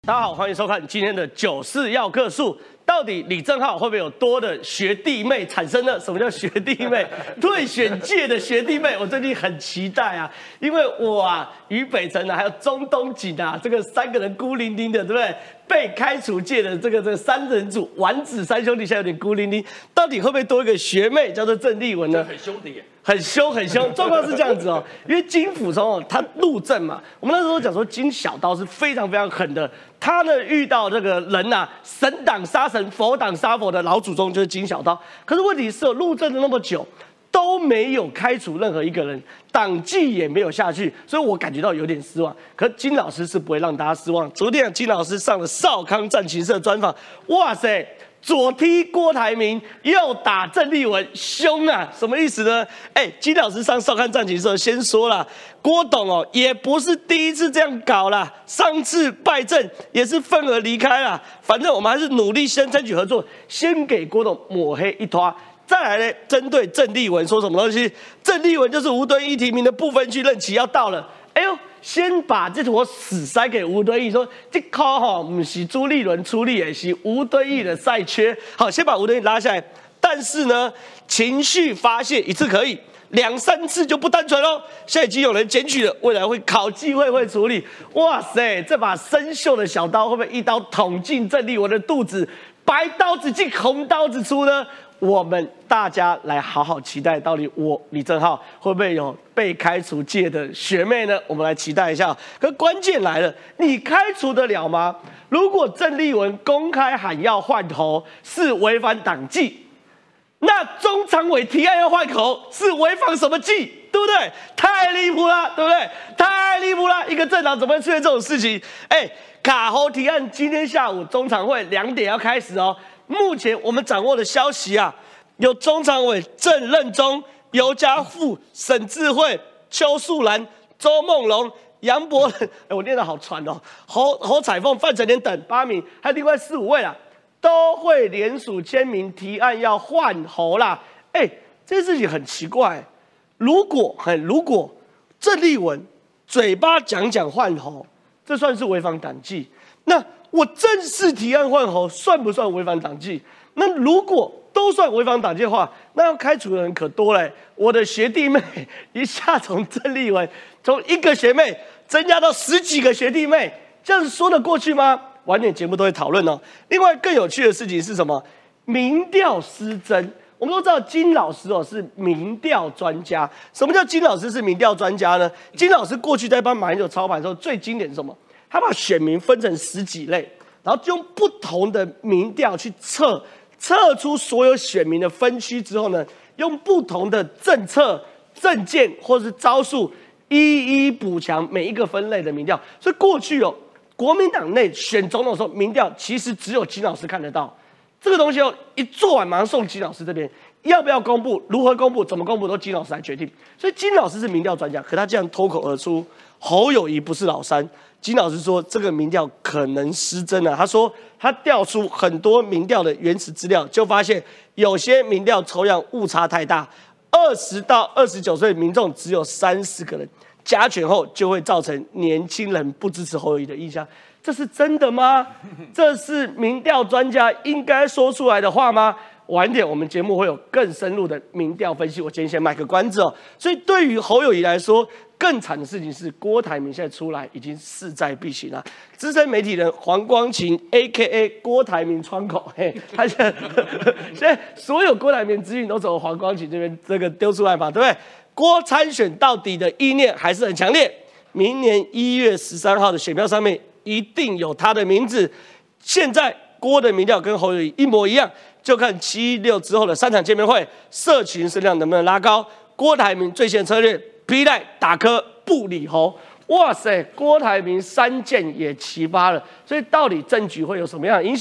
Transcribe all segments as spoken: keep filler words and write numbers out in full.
大家好，欢迎收看今天的九四要客诉。到底李正皓会不会有多的学弟妹产生呢？什么叫学弟妹？退选界的学弟妹，我最近很期待啊，因为我啊，于北辰啊，还有钟东锦啊，这个三个人孤零零的，对不对？被开除界的这个这个三人组，丸子三兄弟现在有点孤零零，到底会不会多一个学妹叫做郑丽文呢？ 很凶的耶。 很凶很凶，状况是这样子哦，因为金溥聪哦，他入阵嘛，我们那时候讲说金小刀是非常非常狠的，他呢遇到这个人呐、啊，神挡杀神，佛挡杀佛的老祖宗就是金小刀。可是问题是哦，入阵了那么久都没有开除任何一个人，党纪也没有下去，所以我感觉到有点失望。可是金老师是不会让大家失望。昨天金老师上了少康战情社专访，哇塞！左踢郭台铭，右打郑丽文，凶啊！什么意思呢？哎、欸，金老师上少看战情社先说了，郭董哦也不是第一次这样搞啦，上次败阵也是愤而离开啦。反正我们还是努力先争取合作，先给郭董抹黑一拖。再来呢，针对郑丽文说什么东西？郑丽文就是吴敦义提名的不分区任期要到了，哎呦！先把这坨屎塞给吴敦义，说这靠哈不是朱立伦出力，也是吴敦义的赛缺。好，先把吴敦义拉下来，但是呢，情绪发泄一次可以，两三次就不单纯喽。现在已经有人检举了，未来会考纪会会处理。哇塞，这把生锈的小刀会不会一刀捅进郑丽文的肚子？白刀子进红刀子出呢？我们大家来好好期待，到底我李正皓会不会有被开除界的学妹呢？我们来期待一下。可关键来了，你开除得了吗？如果郑丽文公开喊要换头是违反党纪，那中常委提案要换头是违反什么纪？对不对？太离谱了，对不对？太离谱了！一个政党怎么会出现这种事情？哎，卡侯提案今天下午中常会两点要开始哦。目前我们掌握的消息啊，有中常委郑任忠、尤家富、沈智慧、邱素兰、周梦龙、杨伯伦，哎，我念得好传哦，侯侯彩凤、范成年等八名，还有另外四五位啦，都会联署签名提案要换侯啦。哎，这件事情很奇怪，如果很如果郑丽文嘴巴讲讲换侯，这算是违反党纪，那我正式提案换侯算不算违反党纪？那如果都算违反党纪的话，那要开除的人可多嘞。我的学弟妹一下从郑丽文从一个学妹增加到十几个学弟妹，这样子说得过去吗？晚点节目都会讨论哦。另外更有趣的事情是什么？民调失真。我们都知道金老师哦是民调专家。什么叫金老师是民调专家呢？金老师过去在帮马英九操盘的时候，最经典是什么？他把选民分成十几类，然后就用不同的民调去测，测出所有选民的分区之后呢，用不同的政策、政见或是招数，一一补强每一个分类的民调。所以过去哦，国民党内选总统的时候，民调其实只有金老师看得到。这个东西哦，一做完马上送金老师这边，要不要公布、如何公布、怎么公布，都金老师来决定。所以金老师是民调专家，可他竟然脱口而出，侯友宜不是老三。金老师说，这个民调可能失真了。他说，他调出很多民调的原始资料，就发现有些民调抽样误差太大，二十到二十九岁民众只有三十个人，加权后就会造成年轻人不支持侯友宜的印象。这是真的吗？这是民调专家应该说出来的话吗？晚点我们节目会有更深入的民调分析，我今天先卖个关子哦。所以对于侯友宜来说，更惨的事情是郭台铭现在出来已经势在必行了。资深媒体人黄光芹 A K A 郭台铭窗口，嘿，他现在现在所有郭台铭资讯都从黄光芹这边这个丢出来嘛，对不对？郭参选到底的意念还是很强烈，明年一月十三号的选票上面一定有他的名字。现在郭的民调跟侯友宜一模一样，就看七六之后的三场见面会，社群声量能不能拉高。郭台铭最新策略，皮带打磕不理侯。哇塞，郭台铭三箭也齐发了，所以到底政局会有什么样的影响？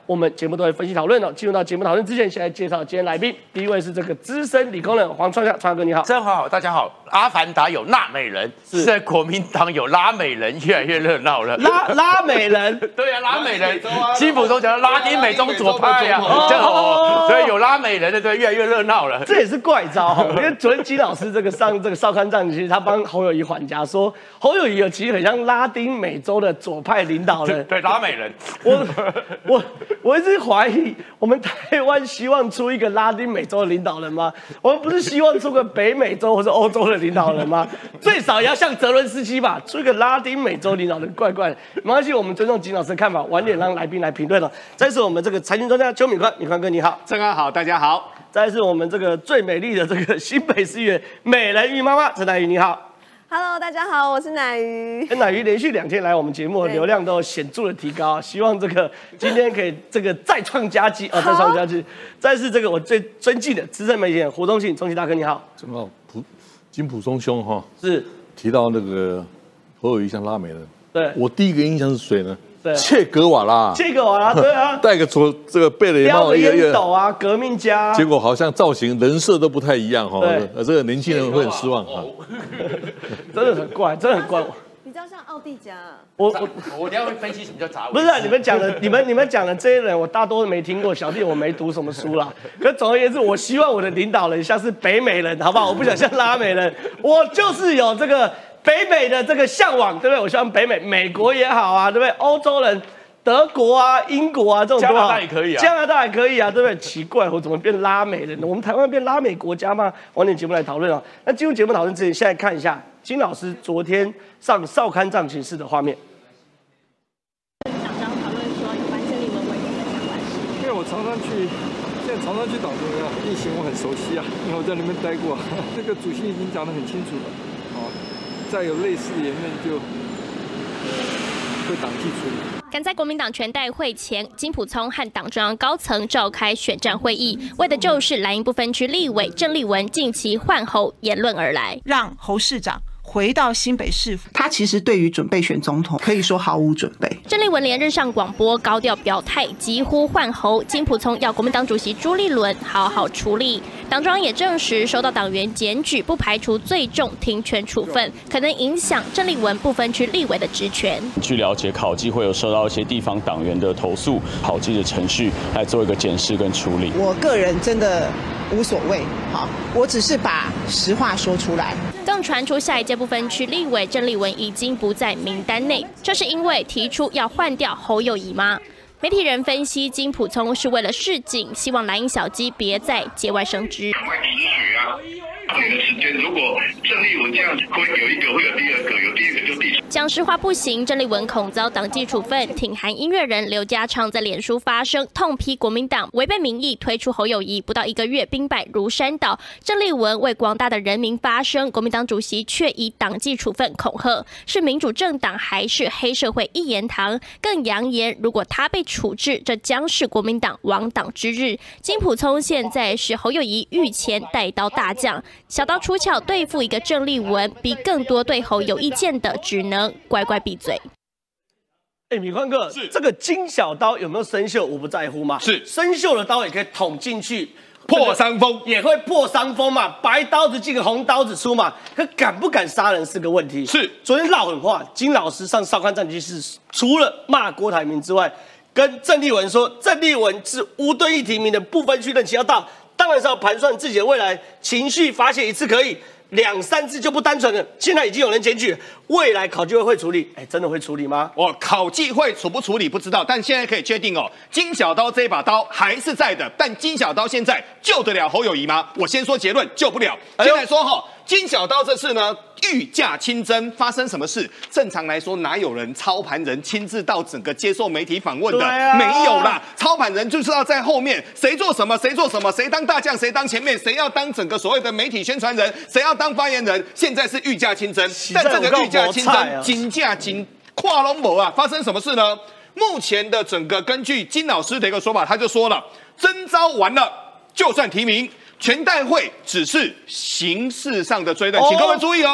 我们节目都会分析讨论哦。进入到节目讨论之前，先来介绍今天来宾。第一位是这个资深理工人黄创夏，创夏哥你好。 真好，大家好。阿凡达有纳美人，现在国民党有拉美人，越来越热闹了。 拉拉美人， 对啊，拉美人，基普中讲拉丁美洲左派呀，哦，所以有拉美人的，对，越来越热闹了。 这也是怪招哈，因为昨天金老师这个上这个少康战，其实他帮侯友宜还价，说侯友宜其实很像拉丁美洲的左派领导人， 对，拉美人。 我我我一直怀疑，我们台湾希望出一个拉丁美洲的领导人吗？我们不是希望出个北美洲或是欧洲的领导人吗？最少也要像泽伦斯基吧，出一个拉丁美洲领导人，怪怪的。没关系，我们尊重金老师的看法，晚点让来宾来评论了。再是我们这个财经专家邱敏宽，敏宽哥你好。 正安好，大家好。 再是我们这个最美丽的这个新北市议员美人鱼妈妈陈乃瑜你好。 Hello， 大家好，我是乃瑜。 乃瑜连续两天来我们节目，流量都有显著的提高，希望这个今天可以这个再创佳绩啊，再创佳绩。再是这个我最尊敬的资深媒体人胡宗信，宗信大哥你好。 正好普金溥聪兄哈是提到那个侯友宜像拉美人， 对我第一个印象是谁呢？ 对， 切格瓦拉。 切格瓦拉，对啊， 戴个左这个贝雷帽， 一个烟斗啊，革命家。 结果好像造型人设都不太一样哈，呃，这个年轻人会很失望哈。 真的很怪，真的很怪。 比较像奥地加。 我我我等下会分析什么叫杂。 不是啊，你们讲的，你们你们讲的这些人，我大多没听过，小弟我没读什么书啦。可总而言之，我希望我的领导人像是北美人，好不好？我不想像拉美人，我就是有这个北美的这个向往，对不对？我希望北美，美国也好啊，对不对？欧洲人。德国啊、英国啊，这种加拿大也可以啊， 加拿大也可以啊，对不对？奇怪，我怎么变拉美人了？我们台湾变拉美国家吗？晚点节目来讨论啊。那进入节目讨论之前，现在看一下金老师昨天上少刊战情室的画面。 党章讨论说有关郑丽文委员的相关事， 因为我常常去，现在常常去党中央，地形我很熟悉啊，因为我在那边待过。这个主席已经讲得很清楚了，好，再有类似的言论就会党纪处理。 赶在国民党全代会前，金溥聪和党中央高层召开选战会议，为的就是蓝营不分区立委郑丽文近期换侯言论而来， 让侯市长回到新北市府。 他其实对于准备选总统可以说毫无准备。 郑丽文连日上广播高调表态，疾呼换侯。金溥聪要国民党主席朱立伦好好处理。党中央也证实收到党员检举，不排除最重停权处分，可能影响郑丽文不分区立委的职权。 据了解，考绩会有收到一些地方党员的投诉，考绩的程序来做一个检视跟处理。 我个人真的无所谓，好，我只是把实话说出来。 更传出下一届不分区立委郑丽文已经不在名单内，这是因为提出要换掉侯友宜吗？媒体人分析，金溥聪是为了示警，希望蓝营小鸡别再节外生枝。 赶快止血啊！这个时间，如果郑丽文这样会有一个，会有第二个，有第一个就第三。 讲实话不行，郑丽文恐遭党纪处分。挺韩音乐人刘家昌在脸书发声，痛批国民党违背民意推出侯友宜，不到一个月兵败如山倒。郑丽文为广大的人民发声，国民党主席却以党纪处分恐吓，是民主政党还是黑社会一言堂？更扬言，如果他被处置，这将是国民党亡党之日。金溥聪现在是侯友宜御前带刀大将，小刀出鞘对付一个郑丽文，比更多对侯有意见的只能乖乖闭嘴。 哎，米宽哥，这个金小刀有没有生锈，我不在乎嘛。 是生锈的刀也可以捅进去， 破伤风也会破伤风嘛。白刀子进，红刀子出嘛。可敢不敢杀人是个问题。 是， 昨天撂狠话，金老师上少康战记室，除了骂郭台铭之外，跟郑丽文说，郑丽文是无敦义提名的不分区任期要到，当然是要盘算自己的未来，情绪发泄一次可以。两三次就不单纯了，现在已经有人检举，未来考纪会会处理，哎，真的会处理吗？ 我考纪会处不处理不知道，但现在可以确定哦，金小刀这一把刀还是在的，但金小刀现在救得了侯友宜吗？我先说结论，救不了。先来说哈，金小刀这次呢御驾亲征，发生什么事？正常来说，哪有人操盘人亲自到整个接受媒体访问的？ 啊、 没有啦，操盘人就是要在后面，谁做什么谁做什么，谁当大将谁当前面，谁要当整个所谓的媒体宣传人，谁要当发言人。现在是御驾亲征，但这个御驾亲征金驾金跨龙某啊，发生什么事呢？目前的整个根据金老师的一个说法，他就说了，征召完了就算提名。全代会只是形式上的追认，请各位注意哦。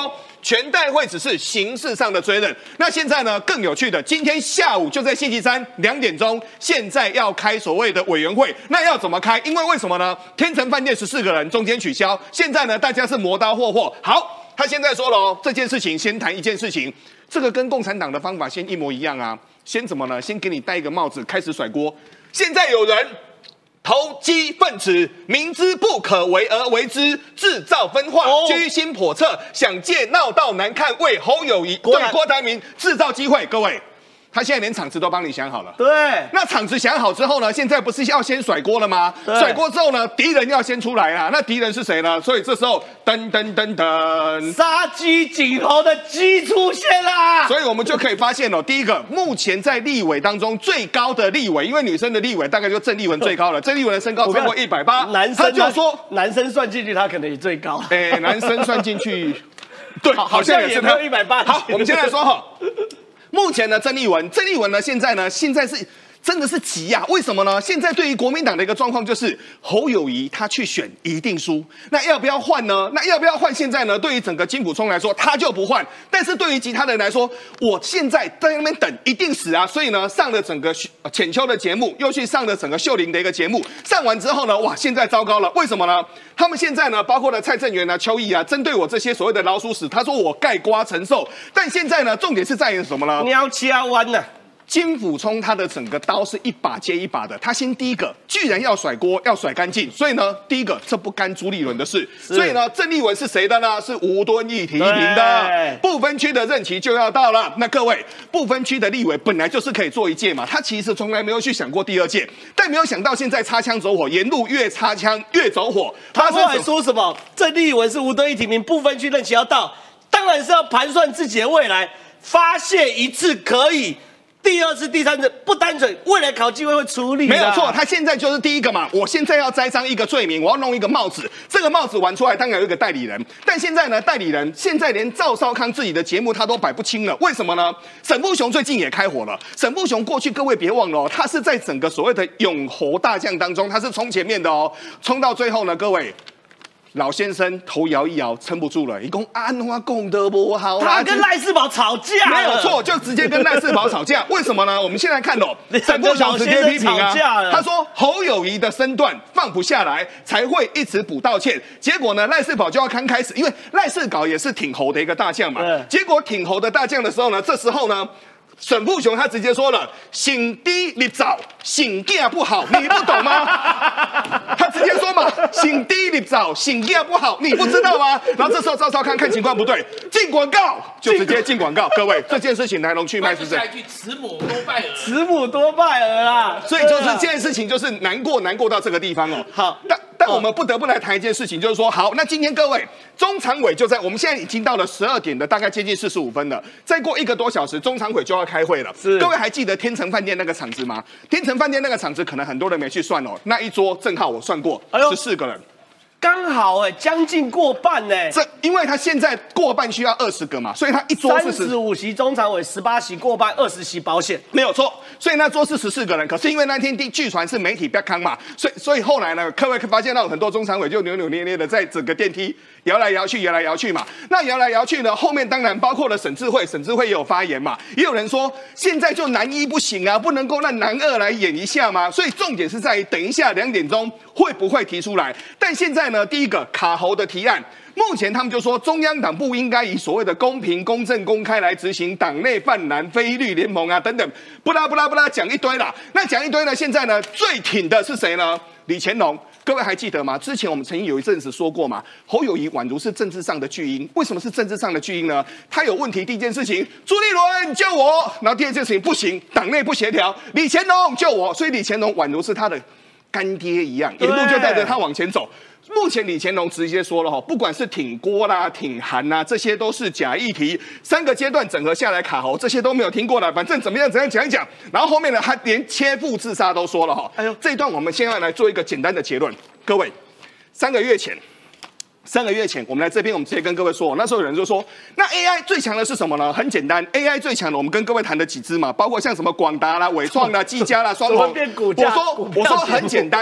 全代会只是形式上的追认。那现在呢，更有趣的，今天下午就在星期三两点钟，现在要开所谓的委员会，那要怎么开？因为为什么呢？天成饭店十四个人中间取消，现在呢，大家是磨刀霍霍。好，他现在说了哦，这件事情先谈一件事情，这个跟共产党的方法先一模一样啊。先怎么呢？先给你戴一个帽子，开始甩锅。现在有人投机分子，明知不可为而为之，制造分化，哦、居心叵测，想借闹到难看为侯友宜对郭台铭制造机会。各位，他现在连场子都帮你想好了。 对， 那场子想好之后呢？现在不是要先甩锅了吗？甩锅之后呢，敌人要先出来啊。那敌人是谁呢？所以这时候噔噔噔噔， 杀鸡儆猴的鸡出现啦。 所以我们就可以发现哦，第一个，目前在立委当中最高的立委，因为女生的立委大概就郑丽文最高了，郑丽文的身高超过一百八， 男生他就说男生算进去，他可能也最高。 哎、欸，男生算进去，对，好像也是没有一百八。 好，我们先来说哈。目前呢，郑丽文，郑丽文呢，现在呢，现在是真的是急呀、啊？为什么呢？现在对于国民党的一个状况就是侯友宜他去选一定输，那要不要换呢？那要不要换？现在呢，对于整个金溥聪来说，他就不换；但是对于其他人来说，我现在在那边等一定死啊！所以呢，上了整个浅秋的节目，又去上了整个秀玲的一个节目，上完之后呢，哇，现在糟糕了，为什么呢？他们现在呢，包括了蔡正元啊、邱毅啊，针对我这些所谓的老鼠屎，他说我盖瓜承受。但现在呢，重点是在于什么呢？ 鸟掐弯呢？ 金溥聪他的整个刀是一把接一把的，他先第一个居然要甩锅，要甩干净，所以呢，第一个这不干朱立伦的事，所以呢，郑丽文是谁的呢？是吴敦义提名的，不分区的任期就要到了。那各位，不分区的立委本来就是可以做一届嘛，他其实从来没有去想过第二届，但没有想到现在擦枪走火，沿路越擦枪越走火。 他后来说什么？郑丽文是吴敦义提名，不分区任期要到，当然是要盘算自己的未来，发泄一次可以。第二次、第三次不单纯，未来考纪委会处理。 没有错，他现在就是第一个嘛。我现在要栽赃一个罪名，我要弄一个帽子。这个帽子玩出来，当然有一个代理人。但现在呢，代理人现在连赵少康自己的节目他都摆不清了。为什么呢？沈富雄最近也开火了。沈富雄过去各位别忘了哦，他是在整个所谓的永侯大将当中，他是冲前面的哦。冲到最后呢，各位。老先生头摇一摇，撑不住了。一共安花供得不好， 他跟赖世宝吵架， 没有错，就直接跟赖世宝吵架。为什么呢？我们现在看哦，沈富雄直接批评啊，他说侯友宜的身段放不下来，才会一直补道歉。结果呢，赖世宝就要刚开始，因为赖世宝也是挺侯的一个大将嘛。结果挺侯的大将的时候呢，这时候呢。沈富雄他直接说了：“醒低立早，醒架不好，你不懂吗？”他直接说嘛：“醒低立早，醒架不好，你不知道吗？”然后这时候赵少康看情况不对，进广告就直接进广告。各位，这件事情来龙去脉是这样。 慈母多败儿， 慈母多败儿啦。 所以就是这件事情就是难过难过到这个地方哦。 好， 但但我们不得不来谈一件事情，就是说，好，那今天各位中常委就在我们现在已经到了十二点的大概接近四十五分了，再过一个多小时，中常委就要开会了。各位还记得天成饭店那个场子吗？天成饭店那个场子，可能很多人没去算哦。那一桌正好我算过，十四个人， 刚好哎，将近过半哎。 这因为他现在过半需要二十个嘛，所以他一桌是三十五席中常委，十八席过半，二十席保险， 没有错。所以那桌是十四个人，可是因为那天据传是媒体不要康嘛，所以所以后来呢，各位发现到很多中常委就扭扭捏捏的在整个电梯摇来摇去，摇来摇去嘛。那摇来摇去呢，后面当然包括了沈智慧，沈智慧也有发言嘛，也有人说现在就男一不行啊，不能够让男二来演一下吗？所以重点是在于等一下两点钟会不会提出来。但现在呢，第一个卡侯的提案。目前他们就说，中央党部应该以所谓的公平、公正、公开来执行党内泛蓝、非绿联盟啊等等，不拉不拉不拉讲一堆啦。那讲一堆呢，现在呢最挺的是谁呢？李乾龙。各位还记得吗？之前我们曾经有一阵子说过嘛，侯友宜宛如是政治上的巨婴。为什么是政治上的巨婴呢？他有问题，第一件事情，朱立伦救我；然后第二件事情不行，党内不协调，李乾龙救我。所以李乾龙宛如是他的干爹一样，一路就带着他往前走。目前李乾龙直接说了哈，不管是挺郭啦、挺韩啦，这些都是假议题，三个阶段整合下来卡侯，这些都没有听过了。反正怎么样怎样讲一讲，然后后面呢，他连切腹自杀都说了哈。哎呦，这一段我们现在来做一个简单的结论，各位，三个月前。三个月前，我们来这边，我们直接跟各位说，那时候有人就说，那 A I 最强的是什么呢？很简单 ，A I 最强的，我们跟各位谈的几支嘛，包括像什么广达啦、伟创啦、技嘉啦、双鸿。我说，我说很简单。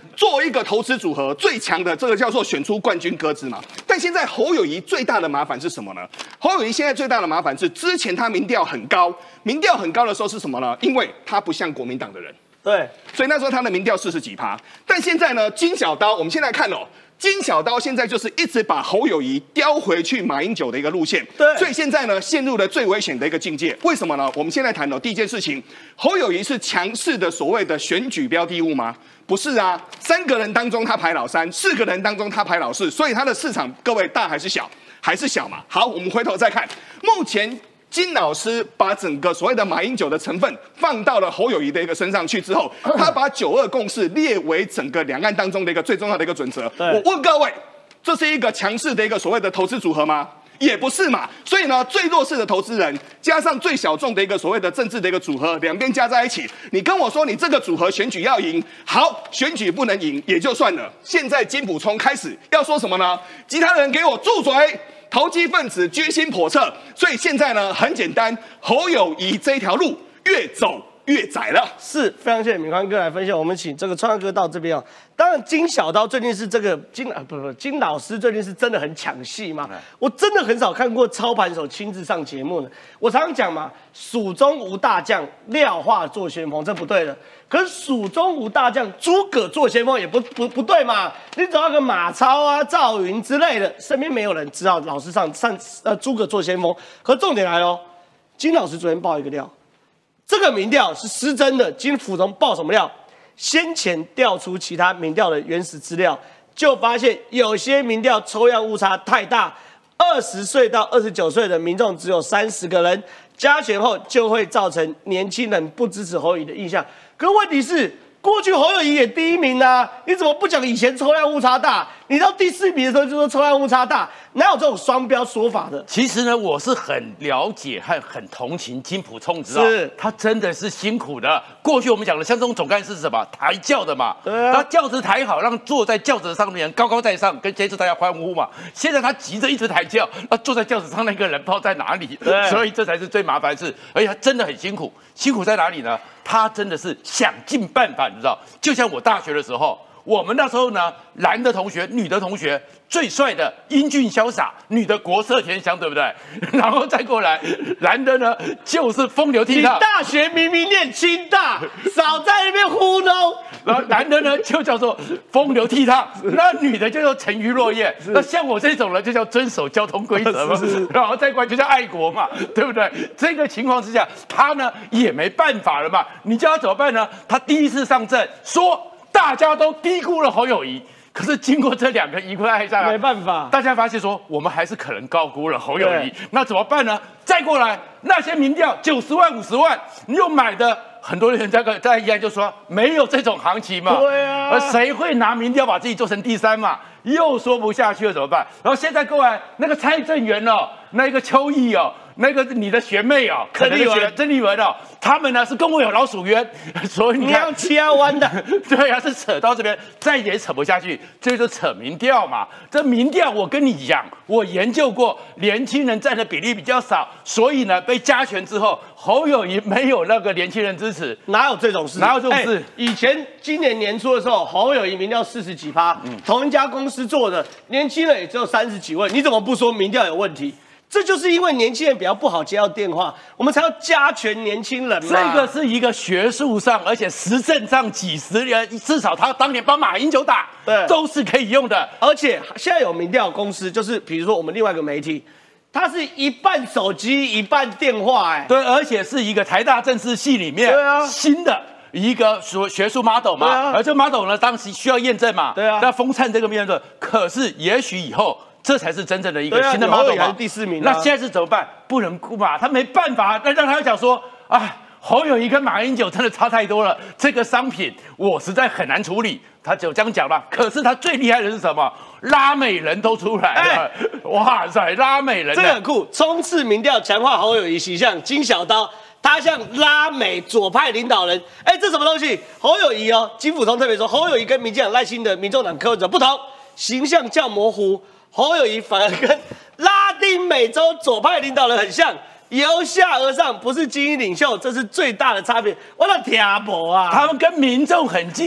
做一个投资组合最强的这个叫做选出冠军鸽子嘛。但现在侯友宜最大的麻烦是什么呢？侯友宜现在最大的麻烦是，之前他民调很高，民调很高的时候是什么呢？因为他不像国民党的人， 对， 所以那时候他的民调四十几趴。但现在呢，金小刀，我们现在看哦。金小刀现在就是一直把侯友宜叼回去马英九的一个路线， 对， 所以现在呢陷入了最危险的一个境界。为什么呢？我们现在谈哦，第一件事情，侯友宜是强势的所谓的选举标的物吗？不是啊，三个人当中他排老三，四个人当中他排老四，所以他的市场各位大还是小？还是小嘛。好，我们回头再看，目前。金老师把整个所谓的马英九的成分放到了侯友宜的一个身上去之后，他把九二共识列为整个两岸当中的一个最重要的一个准则。我问各位，这是一个强势的一个所谓的投资组合吗？也不是嘛。所以呢，最弱势的投资人加上最小众的一个所谓的政治的一个组合，两边加在一起，你跟我说你这个组合选举要赢，好，选举不能赢也就算了。现在金溥聪开始要说什么呢？其他人给我住嘴！投机分子居心叵测，所以现在呢很简单，侯友宜这条路越走越窄了。 是非常谢谢敏宽哥来分享，我们请这个川哥到这边哦。当然，金小刀最近是这个金啊不不金老师最近是真的很抢戏嘛，我真的很少看过操盘手亲自上节目呢。我常常讲嘛，蜀中无大将，廖化做先锋，这不对的。可是蜀中无大将，诸葛做先锋也不不不对嘛。你找那个马超啊、赵云之类的，身边没有人知道老师上上呃诸葛做先锋。可重点来喽，金老师昨天爆一个料。这个民调是失真的，金溥聪爆什么料？先前调出其他民调的原始资料，就发现有些民调抽样误差太大，二十岁到二十九岁的民众只有三十个人，加权后就会造成年轻人不支持侯友宜的印象。可问题是，过去侯友宜也第一名啊，你怎么不讲以前抽样误差大？你到第四名的时候就说抽样误差大，哪有这种双标说法的？ 其实呢，我是很了解和很同情金溥聪，知道是他真的是辛苦的。过去我们讲的像这种总干事是什么？抬轿的嘛， 对啊， 他轿子抬好，让坐在轿子上面的人高高在上，跟接着大家欢呼嘛。现在他急着一直抬轿，那坐在轿子上那个人不知道在哪里，所以这才是最麻烦的事。而且他真的很辛苦，辛苦在哪里呢？他真的是想尽办法，你知道，就像我大学的时候。我们那时候呢，男的同学、女的同学，最帅的英俊潇洒，女的国色天香，对不对？然后再过来，男的呢就是风流倜傥。 你大学明明念清大，少在那边糊弄。 然后男的呢就叫做风流倜傥，那女的就叫沉鱼落雁。那像我这种人就叫遵守交通规则嘛，然后再过来就叫爱国嘛，对不对？这个情况之下，他呢也没办法了嘛。你叫他怎么办呢？他第一次上阵说。大家都低估了侯友宜，可是经过这两个一块上， 没办法， 大家发现说我们还是可能高估了侯友宜，那怎么办呢？再过来那些民调九十万、五十万，你又买的，很多人在在依然就说没有这种行情嘛， 对啊， 而谁会拿民调把自己做成第三嘛？又说不下去了怎么办？然后现在过来那个蔡正元哦，那个邱毅哦。那个你的学妹哦， 曾丽文， 曾丽文哦，他们呢是跟我有老鼠冤，所以你要掐弯的， 对啊，是扯到这边，再也扯不下去，这就扯民调嘛。这民调我跟你讲，我研究过，年轻人占的比例比较少，所以呢被加权之后，侯友宜没有那个年轻人支持， 哪有这种事？ 哪有这种事？ 欸、以前今年年初的时候，侯友宜民调四十几趴，嗯、同一家公司做的，年轻人也只有三十几位，你怎么不说民调有问题？这就是因为年轻人比较不好接到电话，我们才要加权年轻人嘛。 这个是一个学术上，而且实证上几十年，至少他当年帮马英九打， 对， 都是可以用的。 而且现在有民调公司，就是比如说我们另外一个媒体，它是一半手机一半电话、欸，哎， 对，而且是一个台大政治系里面对啊新的。一个学学术 model 嘛， 啊、 而这 model 呢，当时需要验证嘛， 对啊， 那风灿这个面对，可是也许以后。这才是真正的一个新的 model 嘛， 第四名、啊。 那现在是怎么办？不能哭嘛，他没办法。那让他讲说，啊，侯友宜跟马英九真的差太多了，这个商品我实在很难处理。他就这样讲了。可是他最厉害的是什么？拉美人都出来了，欸、哇塞，拉美人， 这个很酷。冲刺民调强化侯友宜形象，金小刀。他像拉美左派领导人，哎、欸，这什么东西？侯友宜哦，金溥聪特别说，侯友宜跟民进党赖清德、民众党柯文哲不同，形象较模糊。侯友宜反而跟拉丁美洲左派领导人很像，由下而上，不是精英领袖，这是最大的差别。我的天伯啊！ 他们跟民众很近，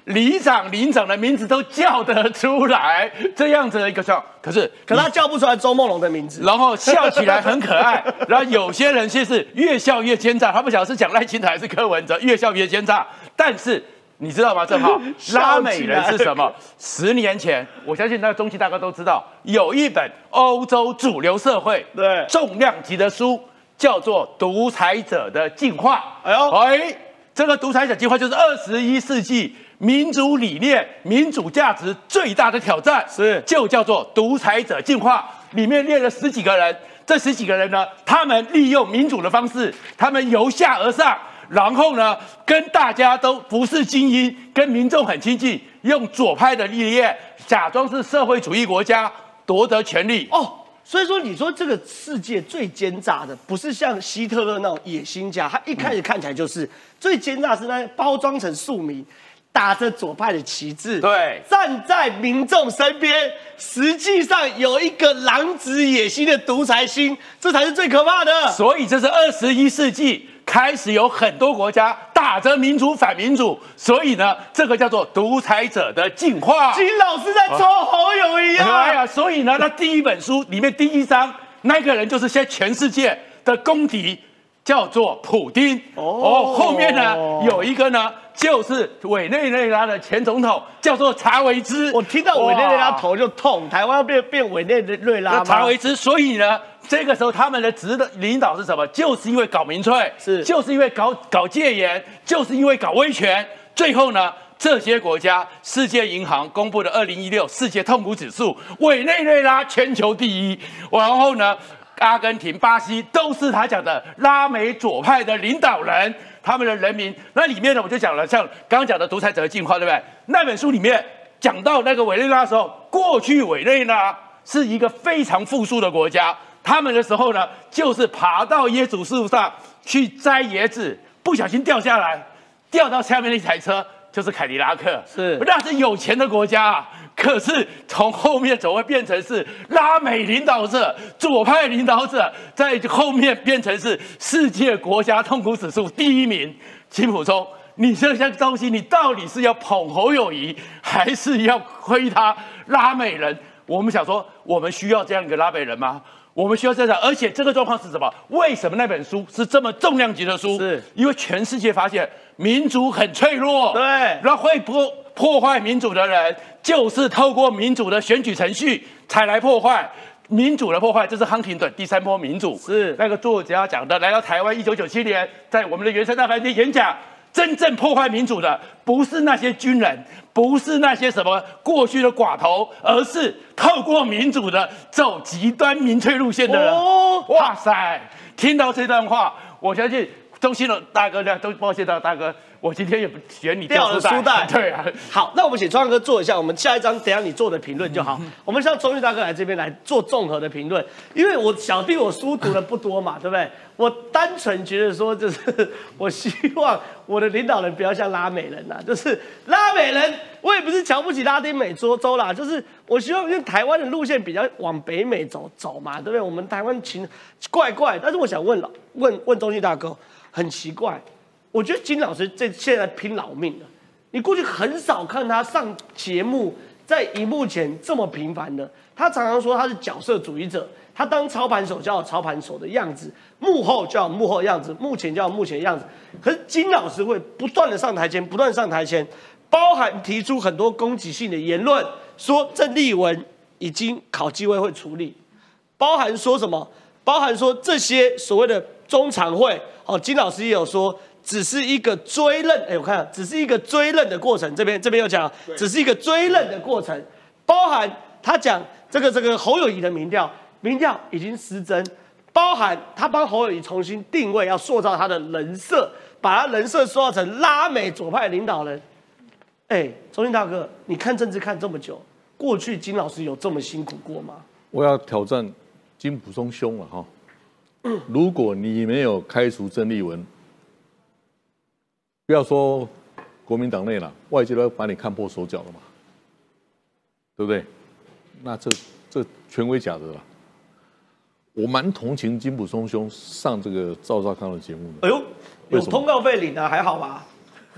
里长、邻长的名字都叫得出来，这样子的一个状。可是， 可他叫不出来周梦龙的名字， 然后笑起来很可爱。然后有些人却是越笑越奸诈，他不晓得是讲赖清德还是柯文哲，越笑越奸诈。但是你知道吗？正好拉美人是什么？十年前，我相信那个中期大哥都知道，有一本欧洲主流社会对重量级的书，叫做《独裁者的进化》。 哎呦， 哎，这个独裁者进化就是二十一世纪民主理念、民主价值最大的挑战， 是就叫做独裁者进化。里面列了十几个人，这十几个人呢，他们利用民主的方式，他们由下而上，然后呢，跟大家都不是精英，跟民众很亲近，用左派的理念，假装是社会主义国家，夺得权力。 哦。所以说，你说这个世界最奸诈的，不是像希特勒那种野心家，他一开始看起来就是、嗯、最奸诈是那包装成庶民，打着左派的旗帜， 对， 站在民众身边，实际上有一个狼子野心的独裁心，这才是最可怕的。 所以这是二十一世纪开始有很多国家打着民主反民主，所以呢，这个叫做独裁者的进化。 金老师在抽侯友宜啊！ 哎呀，所以呢，他第一本书里面第一章那个人就是现在全世界的公敌，叫做普丁。哦, 哦，后面呢有一个呢，就是委内瑞拉的前总统，叫做查韦兹。 我听到委内瑞拉头就痛，台湾要变变委内瑞拉吗？ 查韦兹，所以呢。这个时候，他们的指的领导是什么？就是因为搞民粹， 是， 就是因为搞搞戒严，就是因为搞威权。最后呢，这些国家，世界银行公布的二零一六世界痛苦指数，委内瑞拉全球第一，然后呢，阿根廷、巴西都是他讲的拉美左派的领导人，他们的人民。那里面呢，我就讲了，像刚刚讲的独裁者的进化，对不对？那本书里面讲到那个委内瑞拉的时候，过去委内瑞拉是一个非常富庶的国家。他们的时候呢，就是爬到椰子树上去摘椰子，不小心掉下来，掉到下面那台车就是凯迪拉克， 是， 那是有钱的国家啊。可是从后面走会变成是拉美领导者、左派领导者，在后面变成是世界国家痛苦指数第一名。金溥聪，你这些东西，你到底是要捧侯友宜，还是要亏他拉美人？我们想说，我们需要这样一个拉美人吗？我们需要这样，而且这个状况是什么？为什么那本书是这么重量级的书？ 是因为全世界发现民主很脆弱， 对， 然后会破破坏民主的人，就是透过民主的选举程序才来破坏民主的破坏。这是亨廷顿第三波民主， 是那个作家讲的。来到台湾，一九九七年在我们的圆山大饭店演讲。真正破坏民主的，不是那些军人，不是那些什么过去的寡头，而是透过民主的走极端民粹路线的人。哦，哇塞！听到这段话，我相信中信的大哥呢，都抱歉的大哥，我今天也不嫌你掉了书袋。 对啊， 好，那我们请创哥做一下，我们下一章等一下你做的评论就好。我们让中信大哥来这边来做综合的评论，因为我小弟我书读的不多嘛，对不对？我单纯觉得说，就是我希望我的领导人不要像拉美人呐、啊，就是拉美人，我也不是瞧不起拉丁美洲洲啦，就是我希望因为台湾的路线比较往北美走走嘛，对不对？我们台湾情怪怪，但是我想问了，问问中信大哥，很奇怪，我觉得金老师这现在拼老命了，你过去很少看他上节目，在荧幕前这么频繁的，他常常说他是角色主义者。他当操盘手就要操盘手的样子，幕后就要幕后的样子，幕前就要幕前的样子。可是金老师会不断的上台前，不断上台前，包含提出很多攻击性的言论，说郑丽文已经考纪委会处理，包含说什么？包含说这些所谓的中常会，哦，金老师也有说，只是一个追认，哎，我看只是一个追认的过程。这边这边有讲，只是一个追认的过程，包含他讲这个这个侯友宜的民调。民调已经失真，包含他帮侯友宜重新定位，要塑造他的人设，把他人设塑造成拉美左派领导人。哎，中信大哥，你看政治看这么久，过去金老师有这么辛苦过吗？ 我要挑战金溥聪兄了哈。嗯、如果你没有开除郑丽文，不要说国民党内了，外界都要把你看破手脚了嘛，对不对？那这这权威假的了。我蛮同情金溥聪兄上这个赵少康的节目的。 哎呦，有通告费领啊，还好吧？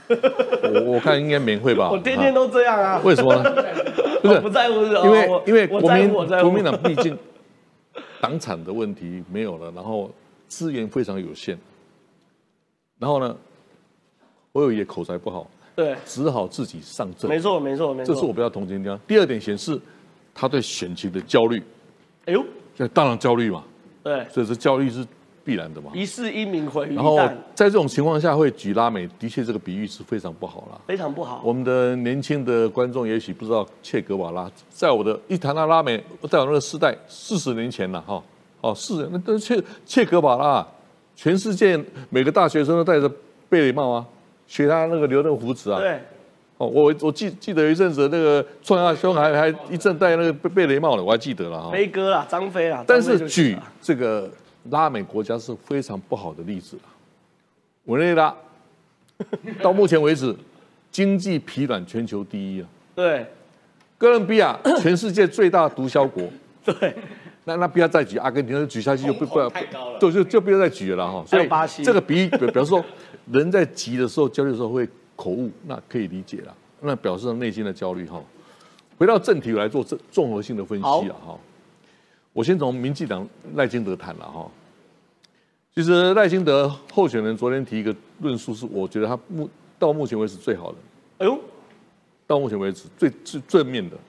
我我看应该免会吧。 我天天都这样啊。 为什么呢？不是不在乎， 因为因为国民国民党毕竟党产的问题没有了，然后资源非常有限，然后呢，侯友宜口才不好， 对， 只好自己上阵。 没错，没错，没错。 这是我比较同情的地方。第二点显示他对选情的焦虑。哎呦， 当然焦虑嘛。 对， 所以这焦虑是必然的嘛。 一世英名毁于一旦。 然后在这种情况下会举拉美，的确这个比喻是非常不好啦， 非常不好。 我们的年轻的观众也许不知道切格瓦拉，在我的一谈到拉美，在我那个时代，四十年前了哈，哦，是那都切切格瓦拉，全世界每个大学生都戴着贝雷帽啊，学他那个留那个胡子啊。 对。 哦，我我记记得有一阵子那个创亚兄还还一阵戴那个贝贝雷帽的，我还记得了哈。 飞哥啦，张飞啦。 但是举这个拉美国家是非常不好的例子啊。委内瑞拉到目前为止经济疲软，全球第一啊。 对。 哥伦比亚全世界最大毒枭国。 对。 那那不要再举阿根廷，举下去就不不太高了， 就就就不要再举了哈。 所以巴西这个比喻表表示说，人在急的时候、焦虑的时候会口误，那可以理解了，那表示内心的焦虑哈。回到正题来做这综合性的分析了哈。我先从民进党赖清德谈了哈。其实赖清德候选人昨天提一个论述，是我觉得他目到目前为止最好的。哎呦，到目前为止最最正面的，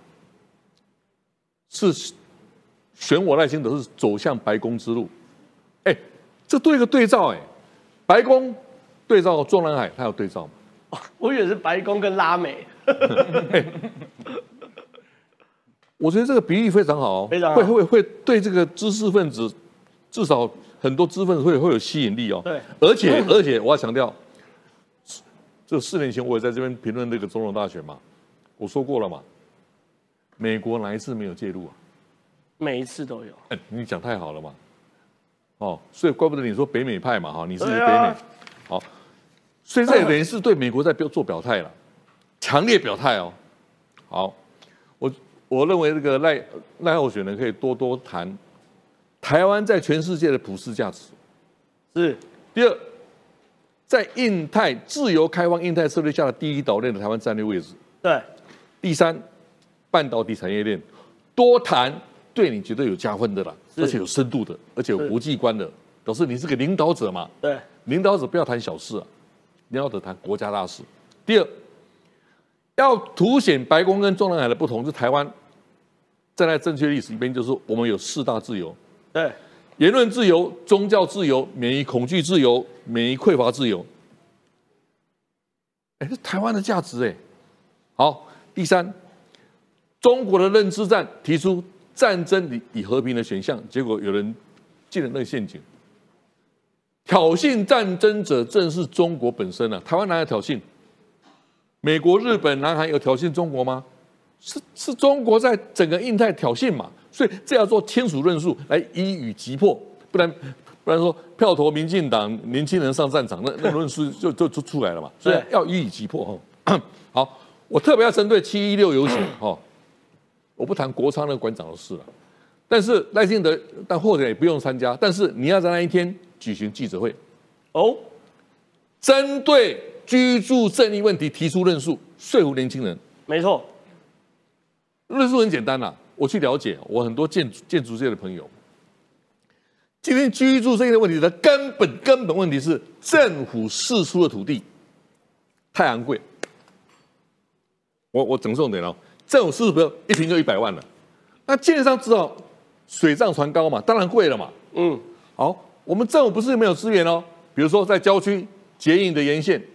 是选我赖清德是走向白宫之路。哎，这对一个对照哎，白宫对照中南海，他有对照吗？ 哦、我以为是白宫跟拉美。 我觉得这个比喻非常好， 非常好， 会会会对这个知识分子，至少很多知识分子会会有吸引力哦。 对， 而且而且我要强调，这四年前我也在这边评论这个总统大选嘛，我说过了嘛，美国哪一次没有介入啊？ 每一次都有。 哎，你讲太好了嘛，哦，所以怪不得你说北美派嘛，哈，你是北美， 啊、 好。所以这也等于是对美国在表做表态了，强烈表态哦。好，我我认为这个赖赖候选人可以多多谈台湾在全世界的普世价值。 是。 第二，在印太自由开放印太策略下的第一岛链的台湾战略位置。 对。 第三，半导体产业链多谈对你绝对有加分的啦，而且有深度的，而且有国际观的，表示你是个领导者嘛。 对。 领导者不要谈小事啊。领导者谈国家大事。第二，要凸显白宫跟中南海的不同，是台湾站在正确历史一边，就是我们有四大自由， 对， 言论自由、宗教自由、免于恐惧自由、免于匮乏自由。哎，这台湾的价值哎。好，第三，中国的认知战提出战争以和平的选项，结果有人进了那个陷阱。挑衅战争者正是中国本身啊！台湾哪有挑衅？美国、日本、南韩有挑衅中国吗？是是中国在整个印太挑衅嘛？所以这要做签署论述来一语击破，不然不然说票投民进党，年轻人上战场，那那论述就就就出来了嘛。所以要一语击破哈。好，我特别要针对七一六游行哈，我不谈国昌那个馆长的事了，但是赖清德但或者也不用参加，但是你要在那一天举行记者会，哦，针对居住正义问题提出论述，说服年轻人。 没错， 论述很简单啦，我去了解，我很多建筑建筑界的朋友，今天居住正义的问题的根本根本问题是政府释出的土地太昂贵。我我整重点哦，政府释出一平就一百万了，那建商只好水涨船高嘛，当然贵了嘛。嗯，好。我们政府不是没有资源哦，比如说在郊区捷运的沿线，